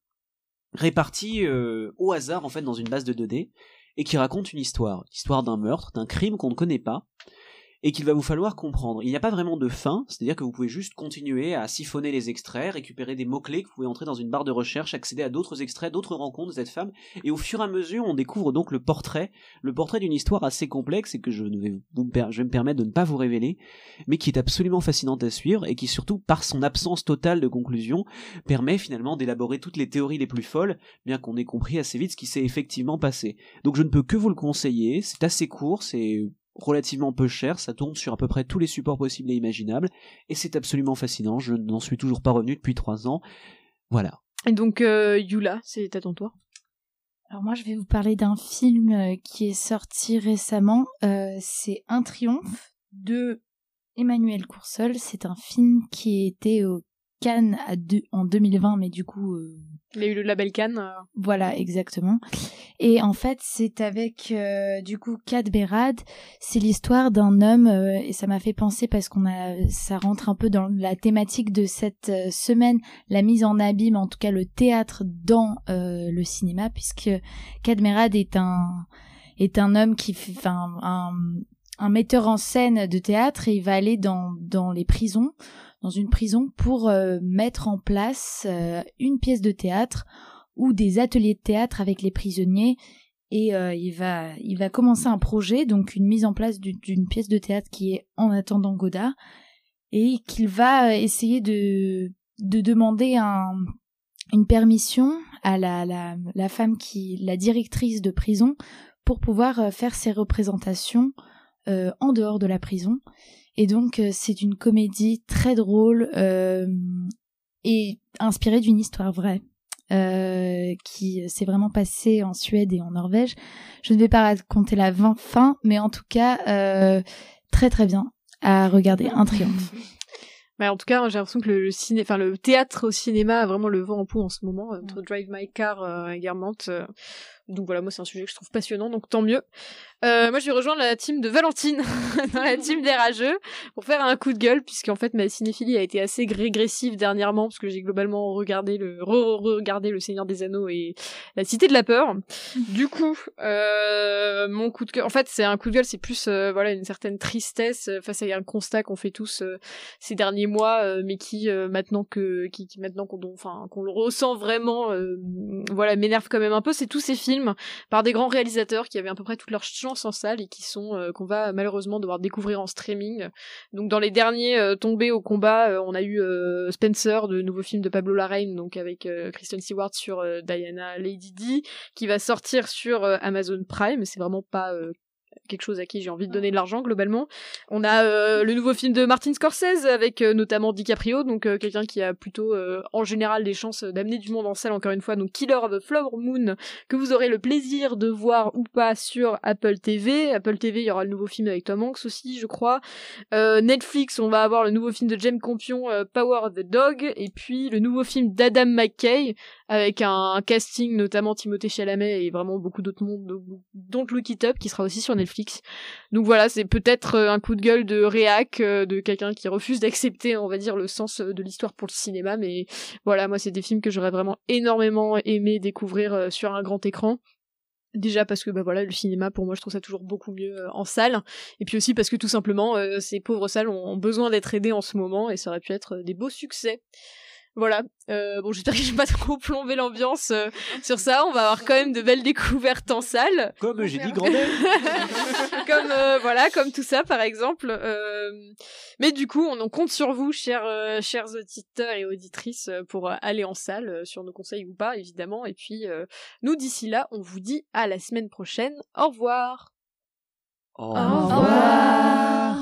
répartis euh, au hasard en fait dans une base de deux D, et qui raconte une histoire, l'histoire d'un meurtre, d'un crime qu'on ne connaît pas, et qu'il va vous falloir comprendre. Il n'y a pas vraiment de fin, c'est-à-dire que vous pouvez juste continuer à siphonner les extraits, récupérer des mots-clés que vous pouvez entrer dans une barre de recherche, accéder à d'autres extraits, d'autres rencontres de cette femme, et au fur et à mesure, on découvre donc le portrait, le portrait d'une histoire assez complexe, et que je, ne vais, vous, je vais me permettre de ne pas vous révéler, mais qui est absolument fascinante à suivre, et qui surtout, par son absence totale de conclusion, permet finalement d'élaborer toutes les théories les plus folles, bien qu'on ait compris assez vite ce qui s'est effectivement passé. Donc je ne peux que vous le conseiller, c'est assez court, c'est relativement peu cher, ça tourne sur à peu près tous les supports possibles et imaginables, et c'est absolument fascinant, je n'en suis toujours pas revenu depuis trois ans, voilà. Et donc euh, Yula, c'est à ton tour. Alors moi je vais vous parler d'un film euh, qui est sorti récemment, euh, c'est Un Triomphe de Emmanuel Courseul, c'est un film qui était au Cannes à deux, en deux mille vingt, mais du coup... Euh... Il a eu le label Cannes. Euh... Voilà, exactement. Et en fait, c'est avec, euh, du coup, Kat Berad. C'est l'histoire d'un homme, euh, et ça m'a fait penser parce qu'on a, ça rentre un peu dans la thématique de cette euh, semaine, la mise en abîme, en tout cas le théâtre dans euh, le cinéma, puisque Kat Berad est un, est un homme qui fait, enfin, un, un metteur en scène de théâtre, et il va aller dans, dans les prisons, dans une prison pour euh, mettre en place euh, une pièce de théâtre ou des ateliers de théâtre avec les prisonniers, et euh, il va il va commencer un projet, donc une mise en place d'une, d'une pièce de théâtre qui est En attendant Godard, et qu'il va essayer de de demander un, une permission à la, la la femme qui la directrice de prison pour pouvoir faire ses représentations euh, en dehors de la prison. Et donc euh, c'est une comédie très drôle euh, et inspirée d'une histoire vraie euh, qui s'est vraiment passée en Suède et en Norvège. Je ne vais pas raconter la fin, mais en tout cas euh, très très bien à regarder. Un triomphe. Bah, en tout cas, j'ai l'impression que le, le ciné, enfin le théâtre au cinéma a vraiment le vent en poupe en ce moment, entre Drive My Car euh, et Guermantes. Euh, donc voilà, moi c'est un sujet que je trouve passionnant, donc tant mieux. Euh, moi je vais rejoindre la team de Valentine, dans la team des rageux, pour faire un coup de gueule, puisqu'en fait ma cinéphilie a été assez régressive dernièrement, parce que j'ai globalement regardé le, re-regardé Le Seigneur des Anneaux et La Cité de la Peur. Du coup, euh, mon coup de gueule, en fait c'est un coup de gueule, c'est plus euh, voilà une certaine tristesse face à un constat qu'on fait tous euh, ces derniers mois. moi, euh, mais qui euh, maintenant que qui, qui maintenant qu'on enfin qu'on le ressent vraiment, euh, voilà, m'énerve quand même un peu. C'est tous ces films par des grands réalisateurs qui avaient à peu près toute leur chance en salle et qui sont euh, qu'on va malheureusement devoir découvrir en streaming. Donc dans les derniers euh, tombés au combat, euh, on a eu euh, Spencer, le nouveau film de Pablo Larraín, donc avec euh, Kristen Stewart sur euh, Diana Lady Di, qui va sortir sur euh, Amazon Prime. C'est vraiment pas euh, quelque chose à qui j'ai envie de donner de l'argent globalement. On a euh, le nouveau film de Martin Scorsese avec euh, notamment DiCaprio, donc euh, quelqu'un qui a plutôt euh, en général des chances d'amener du monde en salle encore une fois, donc Killer of the Flower Moon, que vous aurez le plaisir de voir ou pas sur Apple T V. Apple T V, il y aura le nouveau film avec Tom Hanks aussi, je crois. Euh, Netflix, on va avoir le nouveau film de James Campion, euh, Power of the Dog, et puis le nouveau film d'Adam McKay avec un, un casting notamment Timothée Chalamet et vraiment beaucoup d'autres mondes, dont Look It Up qui sera aussi sur Netflix. Donc voilà, c'est peut-être un coup de gueule de réac, de quelqu'un qui refuse d'accepter, on va dire, le sens de l'histoire pour le cinéma, mais voilà, moi c'est des films que j'aurais vraiment énormément aimé découvrir sur un grand écran. Déjà parce que bah voilà, le cinéma pour moi je trouve ça toujours beaucoup mieux euh, en salle, et puis aussi parce que tout simplement euh, ces pauvres salles ont, ont besoin d'être aidées en ce moment et ça aurait pu être des beaux succès. Voilà, euh, bon j'espère que j'ai pas trop plombé l'ambiance euh, sur ça, on va avoir quand même de belles découvertes en salle. Comme j'ai dit Grandet. Comme euh, voilà, comme tout ça par exemple. Euh... Mais du coup, on en compte sur vous, chers euh, chers auditeurs et auditrices, pour euh, aller en salle, euh, sur nos conseils ou pas évidemment. Et puis euh, nous d'ici là, on vous dit à la semaine prochaine. Au revoir. Au revoir. Au revoir.